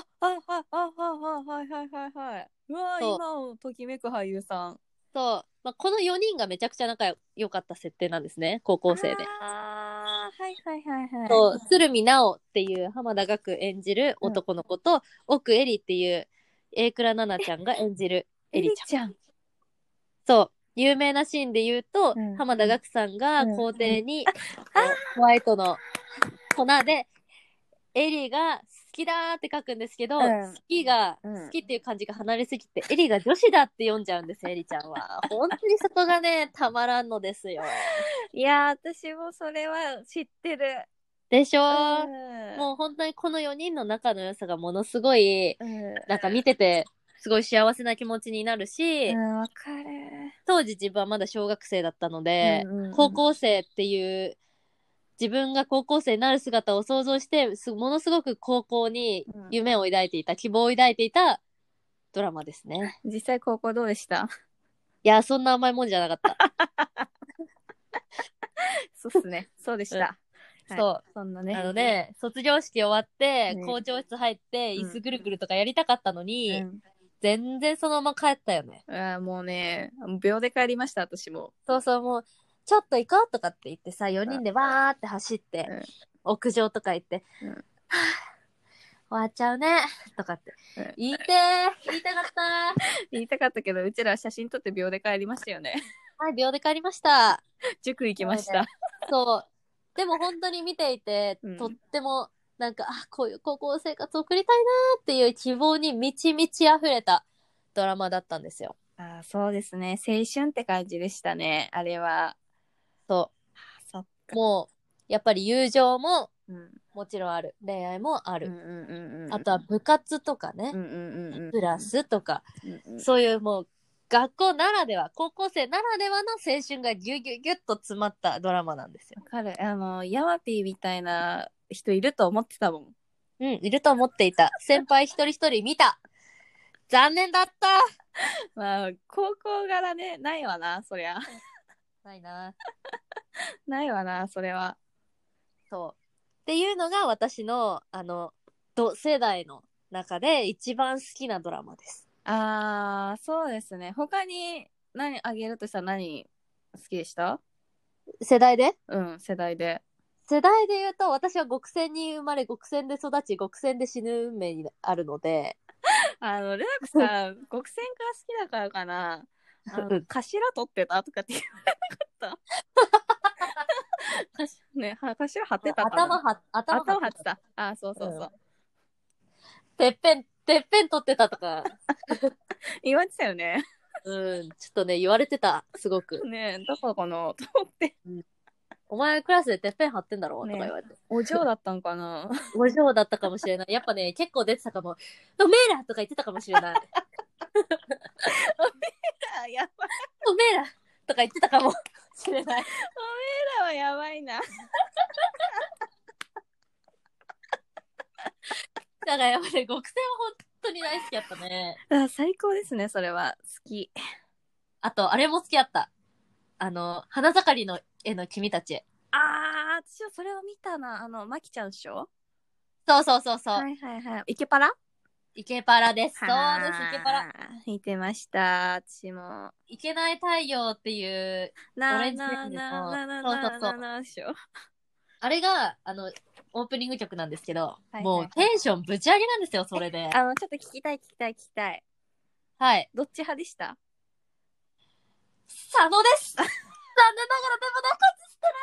はいはいはいはい。うわー、 と、 今をときめく俳優さん。 この4人がめちゃくちゃ仲良かった設定なんですね、高校生で。 はいはいはいはい。 鶴見直っていう浜田岳演じるうん。 男の子と、奥エリっていう榮倉奈々ちゃんが演じるエエリちゃん。 リちゃん。 そう。有名なシーンで言うと、 うん。 浜田岳さんがうん。 校庭に、ホワイトの粉で、エリが好きだーって書くんですけど、 うん好きっていう漢字が離れすぎて、エリが女子だって読んじゃうんです、エリちゃんは。本当にそこがね、たまらんのですよ。 いやー、私もそれは知ってる。 でしょうー。 ん。 もう本当にこの4人の仲の良さがものすごい、 うん。 なんか見てて、すごい幸せな気持ちになるし、 わかる。 当時自分はまだ小学生だったのうで、 んうんうん。 高校生っていう自分が高校生になる姿を想像して、ものすごく高校に夢を抱いていた、希望を抱いていたドラマですね。 実際高校どうでした？ いや、そんな甘いもんじゃなかった。 そうっすね。そうでした。はい、 そう。 そんなね。 卒業式終わって、 ね校長室入って、 うん椅子ぐるぐるとかやりたかったのに、 うん全然そのまま帰ったよね。 もうね、秒で帰りました、私も。 そうそう、もう、ちょっと行こうとかって言ってさ、4人でわーって走って、 うん屋上とか行って、 うんはぁ終わっちゃうね、とかって。 うん言いたかった言いたかったけど、うちら写真撮って秒で帰りましたよね。 はい、秒で帰りました。 塾行きました。 そう。でも本当に見ていて、 うんとっても、なんか、こういう高校生活を送りたいなーっていう希望に満ち満ち溢れたドラマだったんですよ。 そうですね。青春って感じでしたね、あれは。 そそっう。もう、やっぱり友情もうんもちろんある。恋愛もある。 うんうんうんあとは部活とかね。 うんうんうんクラスとか。 うんそういうもう、学校ならでは、高校生ならではの青春がギュギュギュッと詰まったドラマなんですよ。 わかる。ヤマピーみたいな人いると思ってたもん。 うん、いると思っていた。先輩一人一人見た。残念だった。 まあ、高校柄ね、ないわな、そりゃ。 ないな。 ないわな、それは。 そう。っていうのが私の、同世代の中で一番好きなドラマです。 そうですね。他に何あげるとしたら何好きでした？ 世代でうん、世代で。 世代で言うと、私は極戦に生まれ、極戦で育ち、極戦で死ぬ運命にあるので、 ルナクさん、極戦が好きだからかな。 うん頭取ってたとかって言われなかったね、頭張ってたかな。 頭頭張ってた。そうそうそう。 うんてっぺん取ってたとか、 言われてたよね。 うん、ちょっとね、言われてた、すごく。 ねだからかなと思って。 お前クラスでてっぺん張ってんだろう、とかね言われて。 お嬢だったんかな。 お嬢だったかもしれない。やっぱね、結構出てたかも。おめえらとか言ってたかもしれない。 やばい。 おめえらとか言ってたかもしれない。 らはやばいな。 だからやっぱり極戦は本当に大好きだったね。 最高ですね、それは。好き。 あと、あれも好きだった。花盛りの絵の君たち。 私はそれを見たな。マキちゃんでしょ？ そうそうそうそう。 はいはいはい。イケパラ？ イケパラです。そうはーです、イケパラ。 見てました、私も。 いけない太陽っていう、オレンジジェンのでしょ。 あれが、オープニング曲なんですけど、 はいはいもうテンションぶち上げなんですよ、それで。 ちょっと聞きたい。 はい。 どっち派でした？ 佐野です。残念ながらでも中津捨て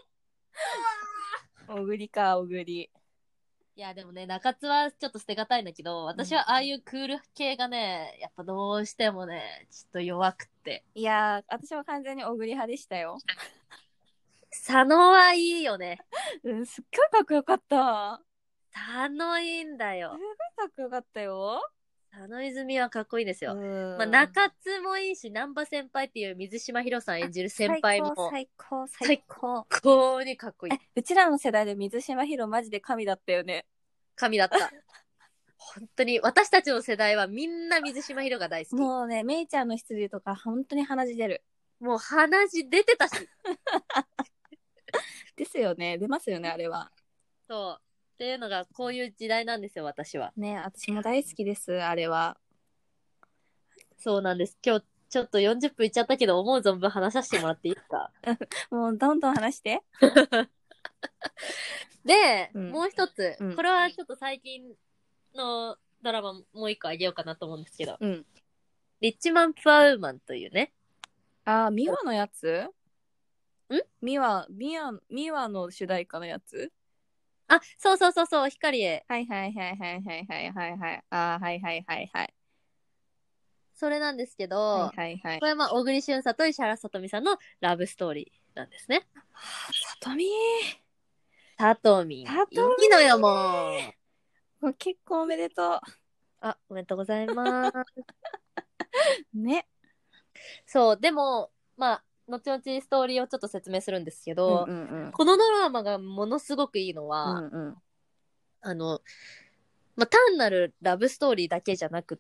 られない。 小栗か、小栗。 いや、でもね、中津はちょっと捨てがたいんだけど、私はああいうクール系がね、やっぱどうしてもね、ちょっと弱くって。 いやー、私も完全に小栗派でしたよ。 佐野はいいよね。 すっごいかっこよかった。 佐野いいんだよ。 すごいかっこよかったよ。 佐野泉はかっこいいですよ。 ま中津もいいし、難波先輩っていう水島ひろさん演じる先輩も最高。 最高にかっこいい。 うちらの世代で水島ひろマジで神だったよね。 神だった。本当に私たちの世代はみんな水島ひろが大好き。 もうね、めいちゃんの羊とか本当に鼻血出る。 もう鼻血出てたし。 ですよね。出ますよね、あれは。 そう。っていうのがこういう時代なんですよ、私は。 ね、私も大好きです、あれは。 そうなんです。今日ちょっと40分いっちゃったけど、思う存分話させてもらっていいですか？ もうどんどん話して。 で、 うんもう一つ、 うんこれはちょっと最近のドラマもう一個あげようかなと思うんですけど、リッチマン・プアウーマンというね。 あ、ミワのやつ？ ん？ ミワの主題歌のやつ？ あ、そう、光栄。 はい。あ、はい。 それなんですけど、 はい。 これは小栗旬さんと石原さとみさんのラブストーリーなんですね。 さとみさとみ。いいのよ、もう。 結構おめでとあ、おめでとうございます。 ね。 そう、でも、後々ストーリーをちょっと説明するんですけど、このドラマがものすごくいいのは、単なるラブストーリーだけじゃなくって、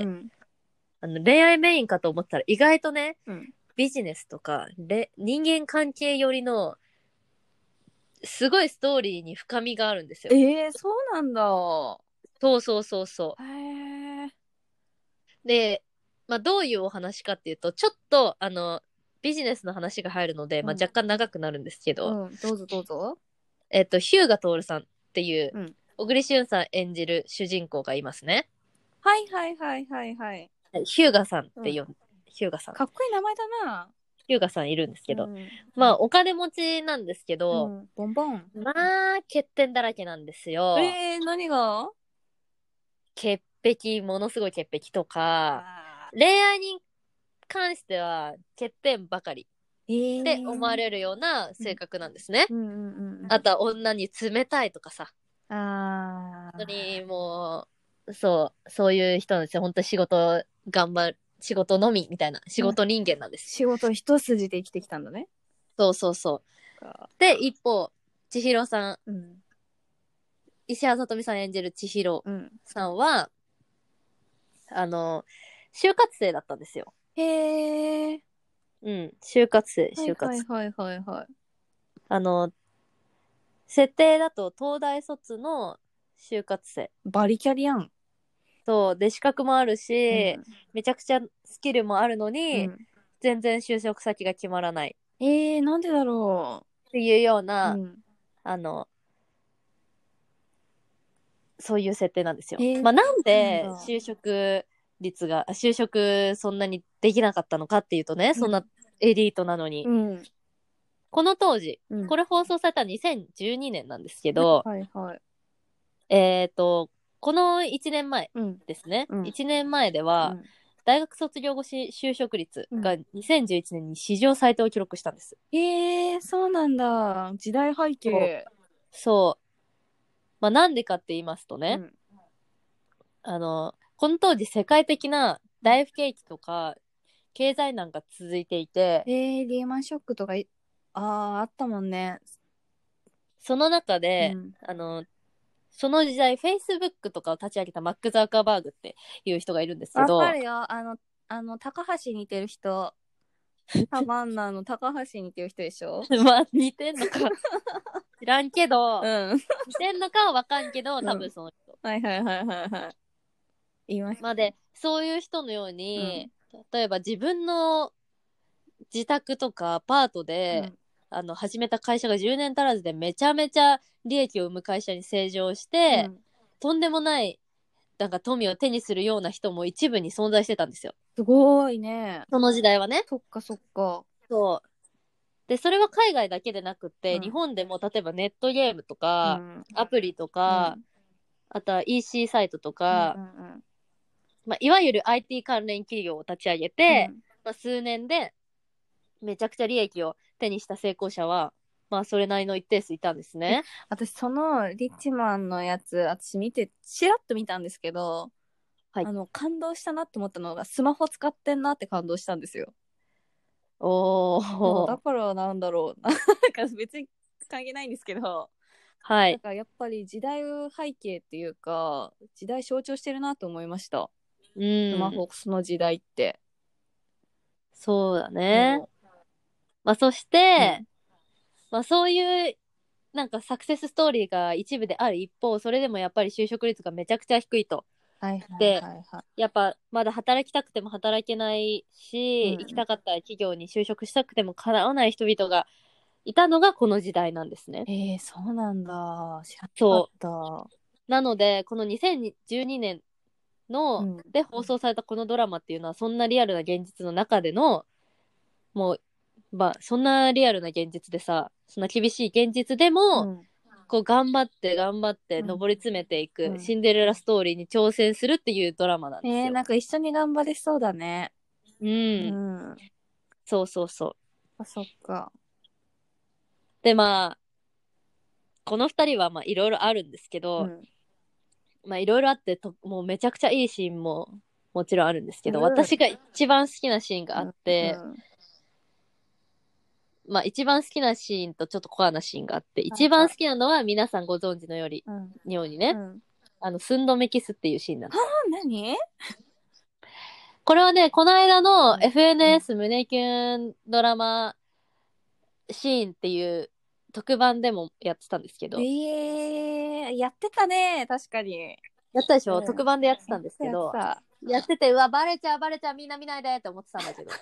恋愛メインかと思ったら意外とね、ビジネスとか人間関係寄りのすごいストーリーに深みがあるんですよ。 そうなんだ。 そう。 へー。 で、どういうお話かっていうと、ちょっとビジネスの話が入るので、若干長くなるんですけど、 どうぞ。 日向徹さんっていう、小栗旬さん演じる主人公がいますね。 はい。 日向さんっていう、日向さん。 かっこいい名前だな。 日向さんいるんですけど、お金持ちなんですけど、 ボンボン。 欠点だらけなんですよ。 何が？ ものすごい潔癖とか、恋愛に関しては欠点ばかりって思われるような性格なんですね。あとは女に冷たいとかさ。本当にもう、そういう人なんですよ。本当に仕事のみみたいな仕事人間なんです。 仕事一筋で生きてきたんだね。 そう。で、一方、千尋さん、石原さとみさん演じる千尋さんは、就活生だったんですよ。 へー。 就活生。 はい。 設定だと東大卒の就活生。 バリキャリアン。 そう。で、資格もあるし、めちゃくちゃスキルもあるのに、全然就職先が決まらない。 なんでだろうっていうような、そういう設定なんですよ。なんで就職そんなにできなかったのかっていうとね、そんなエリートなのに。この当時、これ放送された2012年なんですけど、この1年前ですね。1年前では、大学卒業後就職率が2011年に史上最低を記録したんです。 そうなんだ。時代背景。 そう。なんでかって言いますとね、この当時世界的な大不景気とか経済難が続いていて、 リーマンショックとかあったもんね。 その中で、その時代 Facebook とかを立ち上げたマック・ザーカーバーグっていう人がいるんですけど、 わかるよ。高橋似てる人。サバンナの高橋似てる人でしょ？ 似てんのか知らんけど、似てんのかはわかんけど、多分その人。 はい。言いました。 で、そういう人のように、例えば自分の自宅とかアパートで、始めた会社が10年足らずでめちゃめちゃ利益を生む会社に成長して、とんでもないなんか富を手にするような人も一部に存在してたんですよ。 すごいね。 その時代はね。 そっか。 そう。で、それは海外だけでなくって、日本でも例えばネットゲームとか、アプリとか、あとは EC サイトとか、いわゆる IT 関連企業を立ち上げて、数年でめちゃくちゃ利益を手にした成功者は、それなりの一定数いたんですね。 私、そのリッチマンのやつ、私ちらっと見たんですけど、 はい感動したなって思ったのが、スマホ使ってんなって感動したんですよ。 おそうだー。 からなんだろう。なんか別に関係ないんですけど、 はい。 だからやっぱり時代背景っていうか、時代象徴してるなと思いました。 うスマん。 ホ、その時代って。 そうだね。 そまあそしう。うて、 ん。 まあそういうなんかサクセスストーリーが一部である一方、それでもやっぱり就職率がめちゃくちゃ低いと。 はいはいで、 はいはい。 やっぱまだ働きたくても働けないし、行きうん。 たかった企業に就職したくても叶わない人々がいたのがこの時代なんですね。 そうなんだ。知らなかっそた。 う。なので、この2012年の、 うん。 で放送されたこのドラマっていうのは、そんなリアルな現実の中での、もう、まあ、そんなリアルな現実でさ、そんな厳しい現実でも、 うん。 こう頑張って頑張ってうん上り詰めていく、 うんシンデレラストーリーに挑戦するっていうドラマなんですよ。 なんか一緒に頑張れそうだね。 ううん。 ん。 そうそうそう。 あ、そっか。 で、まあ、この二人はまあいろいろあるんですけど、 うん。 まあいろいろあってもうめちゃくちゃいいシーンももちろんあるんですけど、 うん。 私が一番好きなシーンがあっうん。 て、まあ一番好きなシーンとちょっとコアなシーンがあって、一番好きなのは皆さんご存知のうん。 ようにね、 うん。 寸止めキスっていうシーンなんです。 何？ これはね、この間のうん。 FNS 胸キュンドラマシーンっていう特番でもやってたんですけど、 やってたね。確かに。 やったでしょ？ うん。 特番でやってたんですけやってど、 た。 やってて、うわ、バレちゃうバレちゃう、みんな見ないでって思ってたんだけど。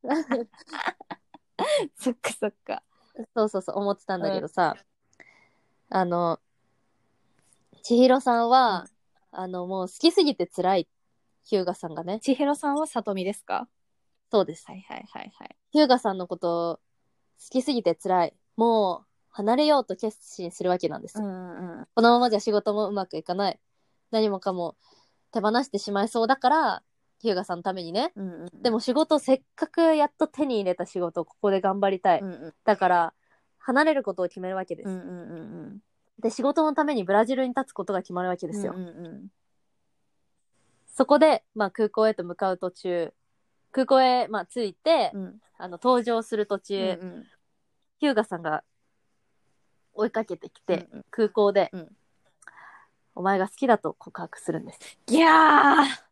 そっかそっか。 そうそうそう、思ってたんだけうん。 どさ、あの、千尋さんは、 うん。 もう好きすぎて辛い、ヒューガさんがね。 千尋さんは里見ですか？ そうです。 はいはいはいはい。 ヒューガさんのこと好きすぎて辛い。もう離れようと決心するわけなんですよ。 うんうん。 このままじゃ仕事もうまくいかない。何もかも手放してしまいそうだから、ヒューガさんのためにね。 うんうん。 でも仕事、せっかくやっと手に入れた仕事をここで頑張りたい。 うんうん。 だから、離れることを決めるわけです。 うんうんうんで、仕事のためにブラジルに立つことが決まるわけでうん。うんすよ。 うんそこで、まあ空港へと向かう途中、空港へ、まあ着いて、 うん。 搭乗する途うんう中、 ん。 ヒューガさんが追いかけてきて、 うんうん。 空港で、 うん。 お前が好きだと告白するんです。 いやー。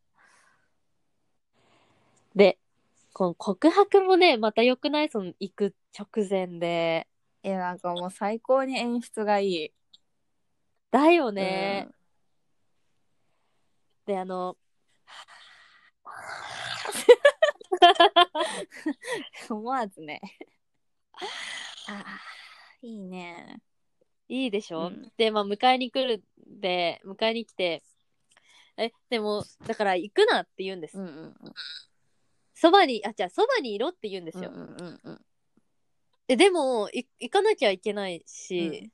で、この告白もね、また良くない？その行く直前で。 なんかもう最高に演出がいい。 だようね。 ん。 で、 思わずね。ああ、いいね。 いいでしょ？ うん。 で、まあ迎えに来るんで、迎えに来て、でも、だから行くなって言うんです。 うんうんじゃあそばにいろって言うんですよ。 うんうんうんでも、行かなきゃいけないし、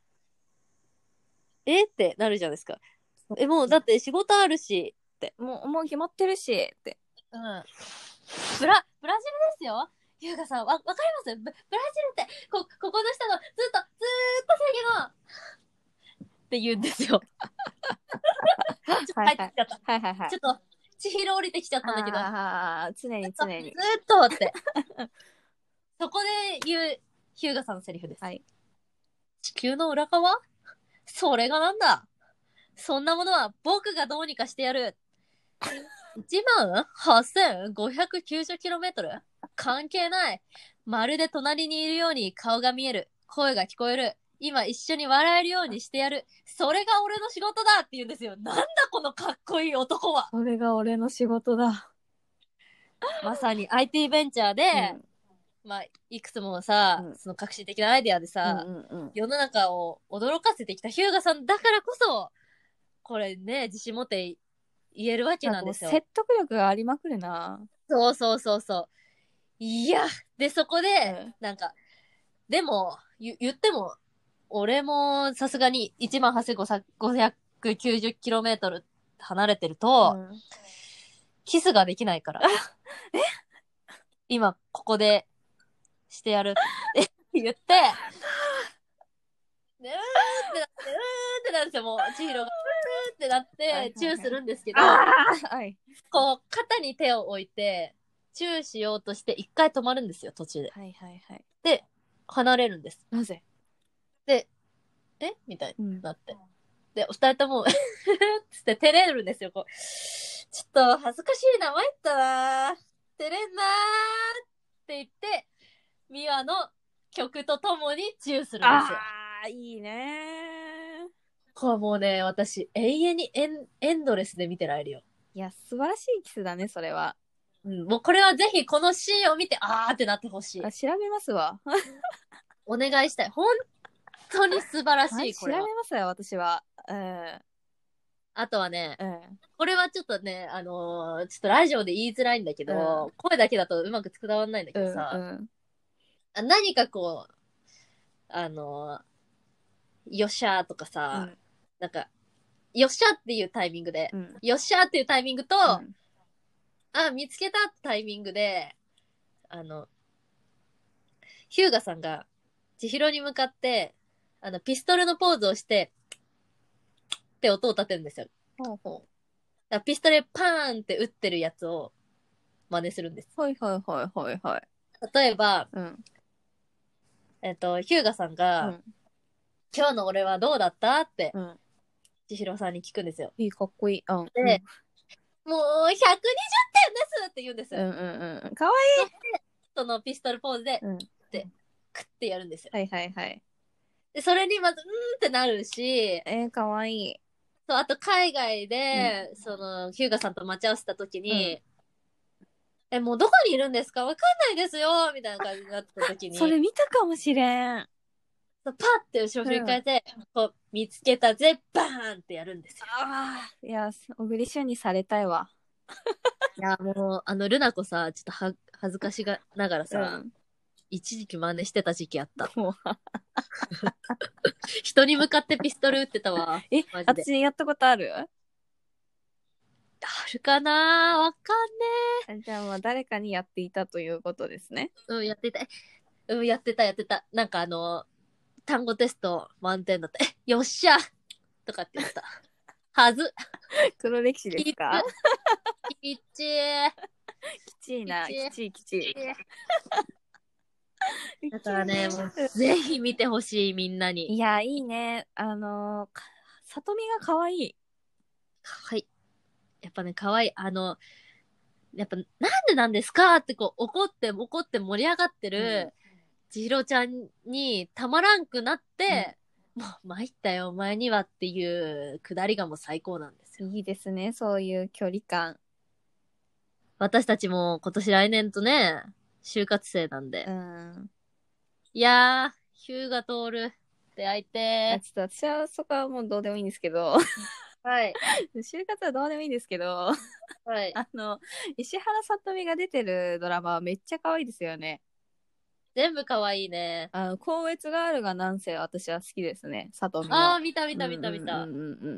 ってなるじゃないですか。もうだって仕事あるし、って。 もう決まってるしって。 うん。ブラジルですよ。優香さん、わかります？ブラジルって、ここの人のずっと正義のって言うんですよ。ちょっとはいはい帰ってきちゃった。 はいはいはい。 ちょっと、千尋降りてきちゃったんだけど、 ああ、常に常に。 ずっとって。そこで言う、ヒューガさんのセリフです。 はい。 地球の裏側？それがなんだ？そんなものは僕がどうにかしてやる。18,590km？ 関係ない。まるで隣にいるように顔が見える。声が聞こえる。今一緒に笑えるようにしてやる。それが俺の仕事だって言うんですよ。なんだこのかっこいい男は。 それが俺の仕事だ。 まさに IT ベンチャーで、まあ、いくつもさ、その革新的なアイデアでさ、世の中を驚かせてきたヒューガさんだからこそ、これね、自信持って言えるわけなんですよ。 説得力がありまくるな。 そうそうそうそう。いや、で、そこで、なんか、でも、言っても、俺もさすがに 18,590km 離れてると、キスができないから。今、ここでしてやるって言って、ってなって、ってなるんですよ、もう、千尋が。ってってなっはいはいはいてチューするんですけど、 はい。 こう肩に手を置いてチューしようとして一回止まるんですよ、途中で。 はいはいはい。 で、離れるんです。 なぜ？ で、みたいにうん。 なって。で、お二人ともつって照れるんですよ、こう。ちょっと恥ずかしいな、参ったな照れんなって言って、ミワの曲とともにチューするんですよ。 あー、いいねこれもうね、私、永遠にエンドレスで見てられるよ。 いや、素晴らしいキスだね、それは。 うん、もうこれはぜひこのシーンを見て、あーってなってほしい。 調べますわ。 お願いしたい。本当に素晴らしい、 調べこれは。 ますよ、私は。うん。 あとはね、 うん。 これはちょっとね、ちょっとラジオで言いづらいんだけど、声だけだとうまく伝わんないんだけうん。 どさ、 うん。 何かこう、あのよっしゃーとかさ、 うん。 なんか、よっしゃっていうタイミングで、 うん。 よっしゃっていうタイミングと、 うんあ、見つけたってタイミングで、ヒューガさんが、千尋に向かって、ピストルのポーズをして、って音を立てるんですよ。 ほうほう。 だからピストルでパーンって撃ってるやつを真似するんです。 はいはいはいはいはい。 例えば、 うん。 ヒューガさんが、 うん。 今日の俺はどうだったって、 うん。 千尋さんに聞くんですよ。 いい、かっこいい。うん。 で、もう120点ですって言うんです。 うんうんうん。かわそのピストルポーズで、 いい。うん。 で、クッてやるんですよ。 はいはいはい。 で、それにまず、ってなるし、 かわいい。 そう、あと海外で、その、ヒューガさんと待ち合わせた時に、もうどこにいるんですかわかんないですよみたいな感じになった時に、 それ見たかもしれん。 そうパッて後ろ振り返って、こう、見つけたぜ、バーンってやるんですよ。 ああ、いや、小栗旬にされたいわ。 いや、もう、ルナ子さ、ちょっと恥ずかしがながらさ、 ん。 一時期真似してた時期あった。 もう人に向かってピストル撃ってたわ。マジで。 私やったことある？ あるかなわかんねじゃあまあ誰かにやっていたということですね。 え。うん、やってた。うん、やってた。なんか単語テスト満点だった。よっしゃとかって言った。はず。 黒歴史ですか？ きっちきちいな、きちいきちい。 だからね、もう、ぜひ見てほしい、みんなに。 いや、いいね。さとみが可愛い。 はい。やっぱね、可愛い。やっぱ、なんでなんですかってこう、怒って盛り上がってる、千尋ちゃんにたまらんくなって、もう参ったよ、お前にはっていうくだりがもう最高なんですよ。 いいですね、そういう距離感。 私たちも今年来年とね、就活生なんで。 うん。 いやー、ヒューガ通る。出会いてちょっと私はそこはもうどうでもいいんですけど、 はい。 就活はどうでもいいんですけど、 はい。 石原さとみが出てるドラマはめっちゃ可愛いですよね。 全部可愛いね。 高越ガールがなんせ私は好きですね、さとみの。 あー、見た。 うん。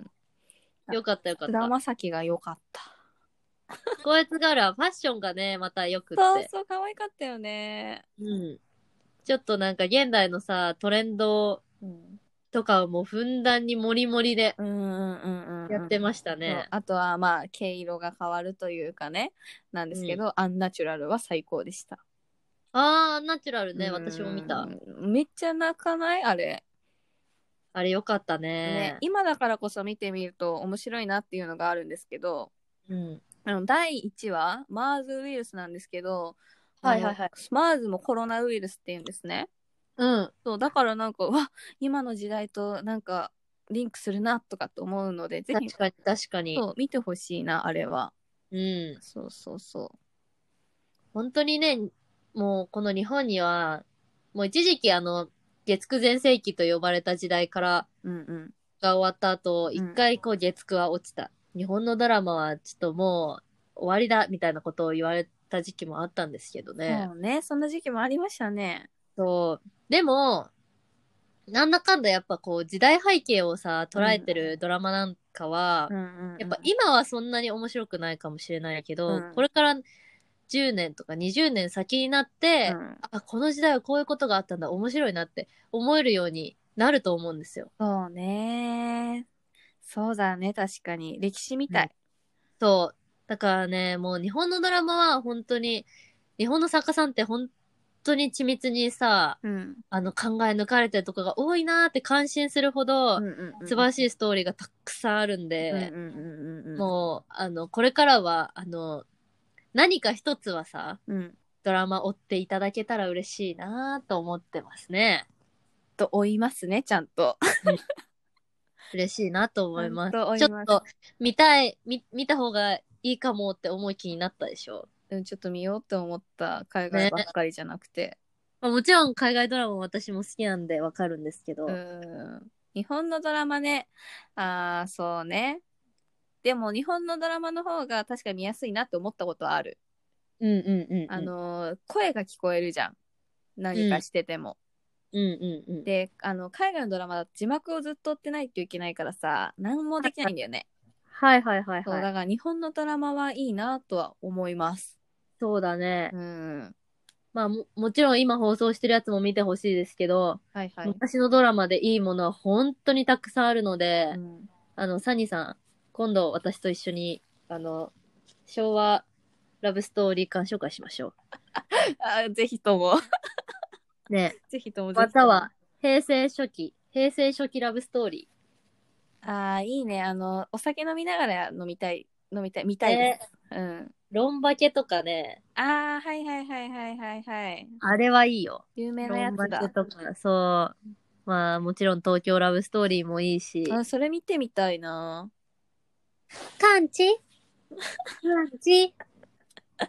よかった。 菅田将暉が良かった。 こいつガールはファッションがね、またよくって。 そう、可愛かったよね。 うん。ちょっとなんか現代のさ、トレンドとかをもうふんだんにモリモリでやってましたね。 あとはまあ毛色が変わるというかねなんですけど、アンナチュラルは最高でした。 あー、ナチュラルね、私も見た。 めっちゃ泣かないあれ。 あれよかったね。 今だからこそ見てみると面白いなっていうのがあるんですけど、 うん。 第1話マーズウイルスなんですけど、 はい。 マーズもコロナウイルスっていうんですね。 うん。 そうだからなんか今の時代となんかリンクするなとかと思うので、ぜひ確かに。 そう見てほしいな、あれは。 うん。 そう。 本当にね、もうこの日本には、もう一時期月9全盛期と呼ばれた時代からが終わった後、一回こう月9は落ちた。日本のドラマはちょっともう終わりだみたいなことを言われた時期もあったんですけどね。 そうね、そんな時期もありましたね。 そう。でも、なんだかんだやっぱこう時代背景をさ、捉えてるドラマなんかは、やっぱ今はそんなに面白くないかもしれないけど、これから10年とか20年先になって、この時代はこういうことがあったんだ、面白いなって思えるようになると思うんですよ。 そうね。 そうだね、確かに。歴史みたい。 そう。だからね、もう日本のドラマは本当に、日本の作家さんって本当に緻密にさ、 うん。 考え抜かれてるとこが多いなーって感心するほど、 うんうんうん。 素晴らしいストーリーがたくさんあるんで、 うんうんうんうん。 もう、これからは、何か一つはさ、 うん。 ドラマ追っていただけたら嬉しいなと思ってますね。 と追いますね、ちゃんと。 うん嬉しいなと思います。 ちゃんと追います。 ちょっと見た方がいいかもって思い気になったでしょ。 うん、ちょっと見ようって思った海外ね。 ばっかりじゃなくて。 まあ、もちろん海外ドラマも私も好きなんでわかるんですけうど。 ん。日本のドラマね。ああ、そうね。でも日本のドラマの方が確かに見やすいなって思ったことはある。 うんうんうんうん。 声が聞こえるじゃん。何かしてても。 うんうんうん。 で、海外のドラマだと字幕をずっと追ってないといけないからさ、何もできないんだよね。 はいはいはいそう、 はい。 だから日本のドラマはいいなとは思います。 そうだね。 うん。 まあもちろん今放送してるやつも見てほしいですけど、 はいはい。 昔のドラマでいいものは本当にたくさんあるので、 うん、 サニーさん、今度私と一緒に、昭和ラブストーリー館紹介しましょぜひとも。 う。ね。 ぜひともぜひとも。 または、平成初期ラブストーリいいね。お酒飲みながら見たいー。 です。うん。 ロンバケとかね、 はいはいはいはいはいはい。 あれはいいよ。 有名なロンバケやつだ。 とか、そう。まあ、もちろん東京ラブストーリーもいいし。 それ見てみたいな。 カンチカンチカン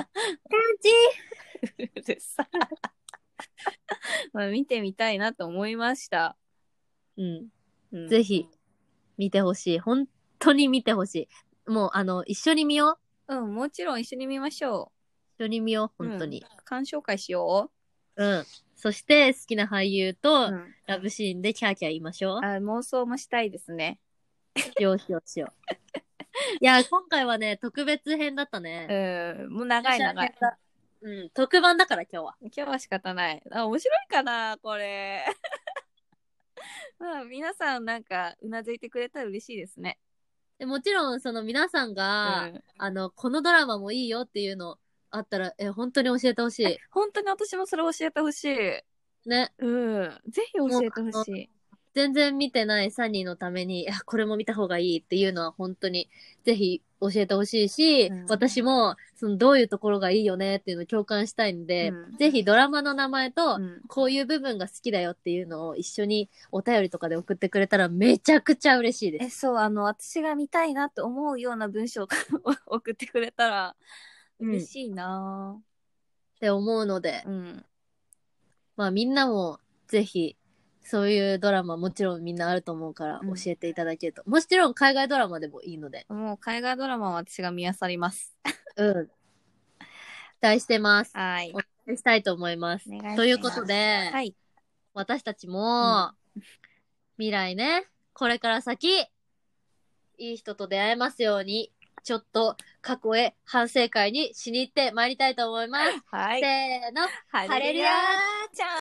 チでさ、まあ、見てみたいなと思いました。 うん。 うん、 ぜひ、見てほしい。本当に見てほしい。もう、一緒に見よう。 うん、もちろん一緒に見ましょ一緒に見よう、 う。 本当に。 鑑賞会しようん。そして、好きな俳優う。 と、ラブシーンでキャーキャー言いましょう。 妄想もしたいですね。 しようしようしよう。いや、今回はね、特別編だったね。 もう長い長い。 うん、特番だから今日は。 今日は仕方ない。面白いかな、これ。まあ、皆さんなんか、うなずいてくれたら嬉しいですね。 でもちろん、その皆さんが、このドラマもいいよっていうのあったら、本当に教えてほしい。 本当に私もそれ教えてほしい。 ね。 ぜひ教えてほしい。 全然見てないサニーのために、これも見た方がいいっていうのは本当にぜひ教えてほしいし、私もどういうところがいいよねっていうのを共感したいんで、ぜひドラマの名前と、こういう部分が好きだよっていうのを一緒にお便りとかで送ってくれたらめちゃくちゃ嬉しいです。 そう、私が見たいなと思うような文章を送ってくれたら嬉しいなって思うので、まあみんなもぜひ、そういうドラマもちろんみんなあると思うから教えていただけると。もちろん海外ドラマでもいいので。 もう海外ドラマは私が見漁ります。 うん。期待してます。 はい。 お願いしたいと思います。ということで、 はい。 私たちも、未来ね、これから先、いい人と出会えますように、ちょっと過去へ反省会にしに行ってまいりたいと思います。 はい。 せーの、 ハレルヤーちゃん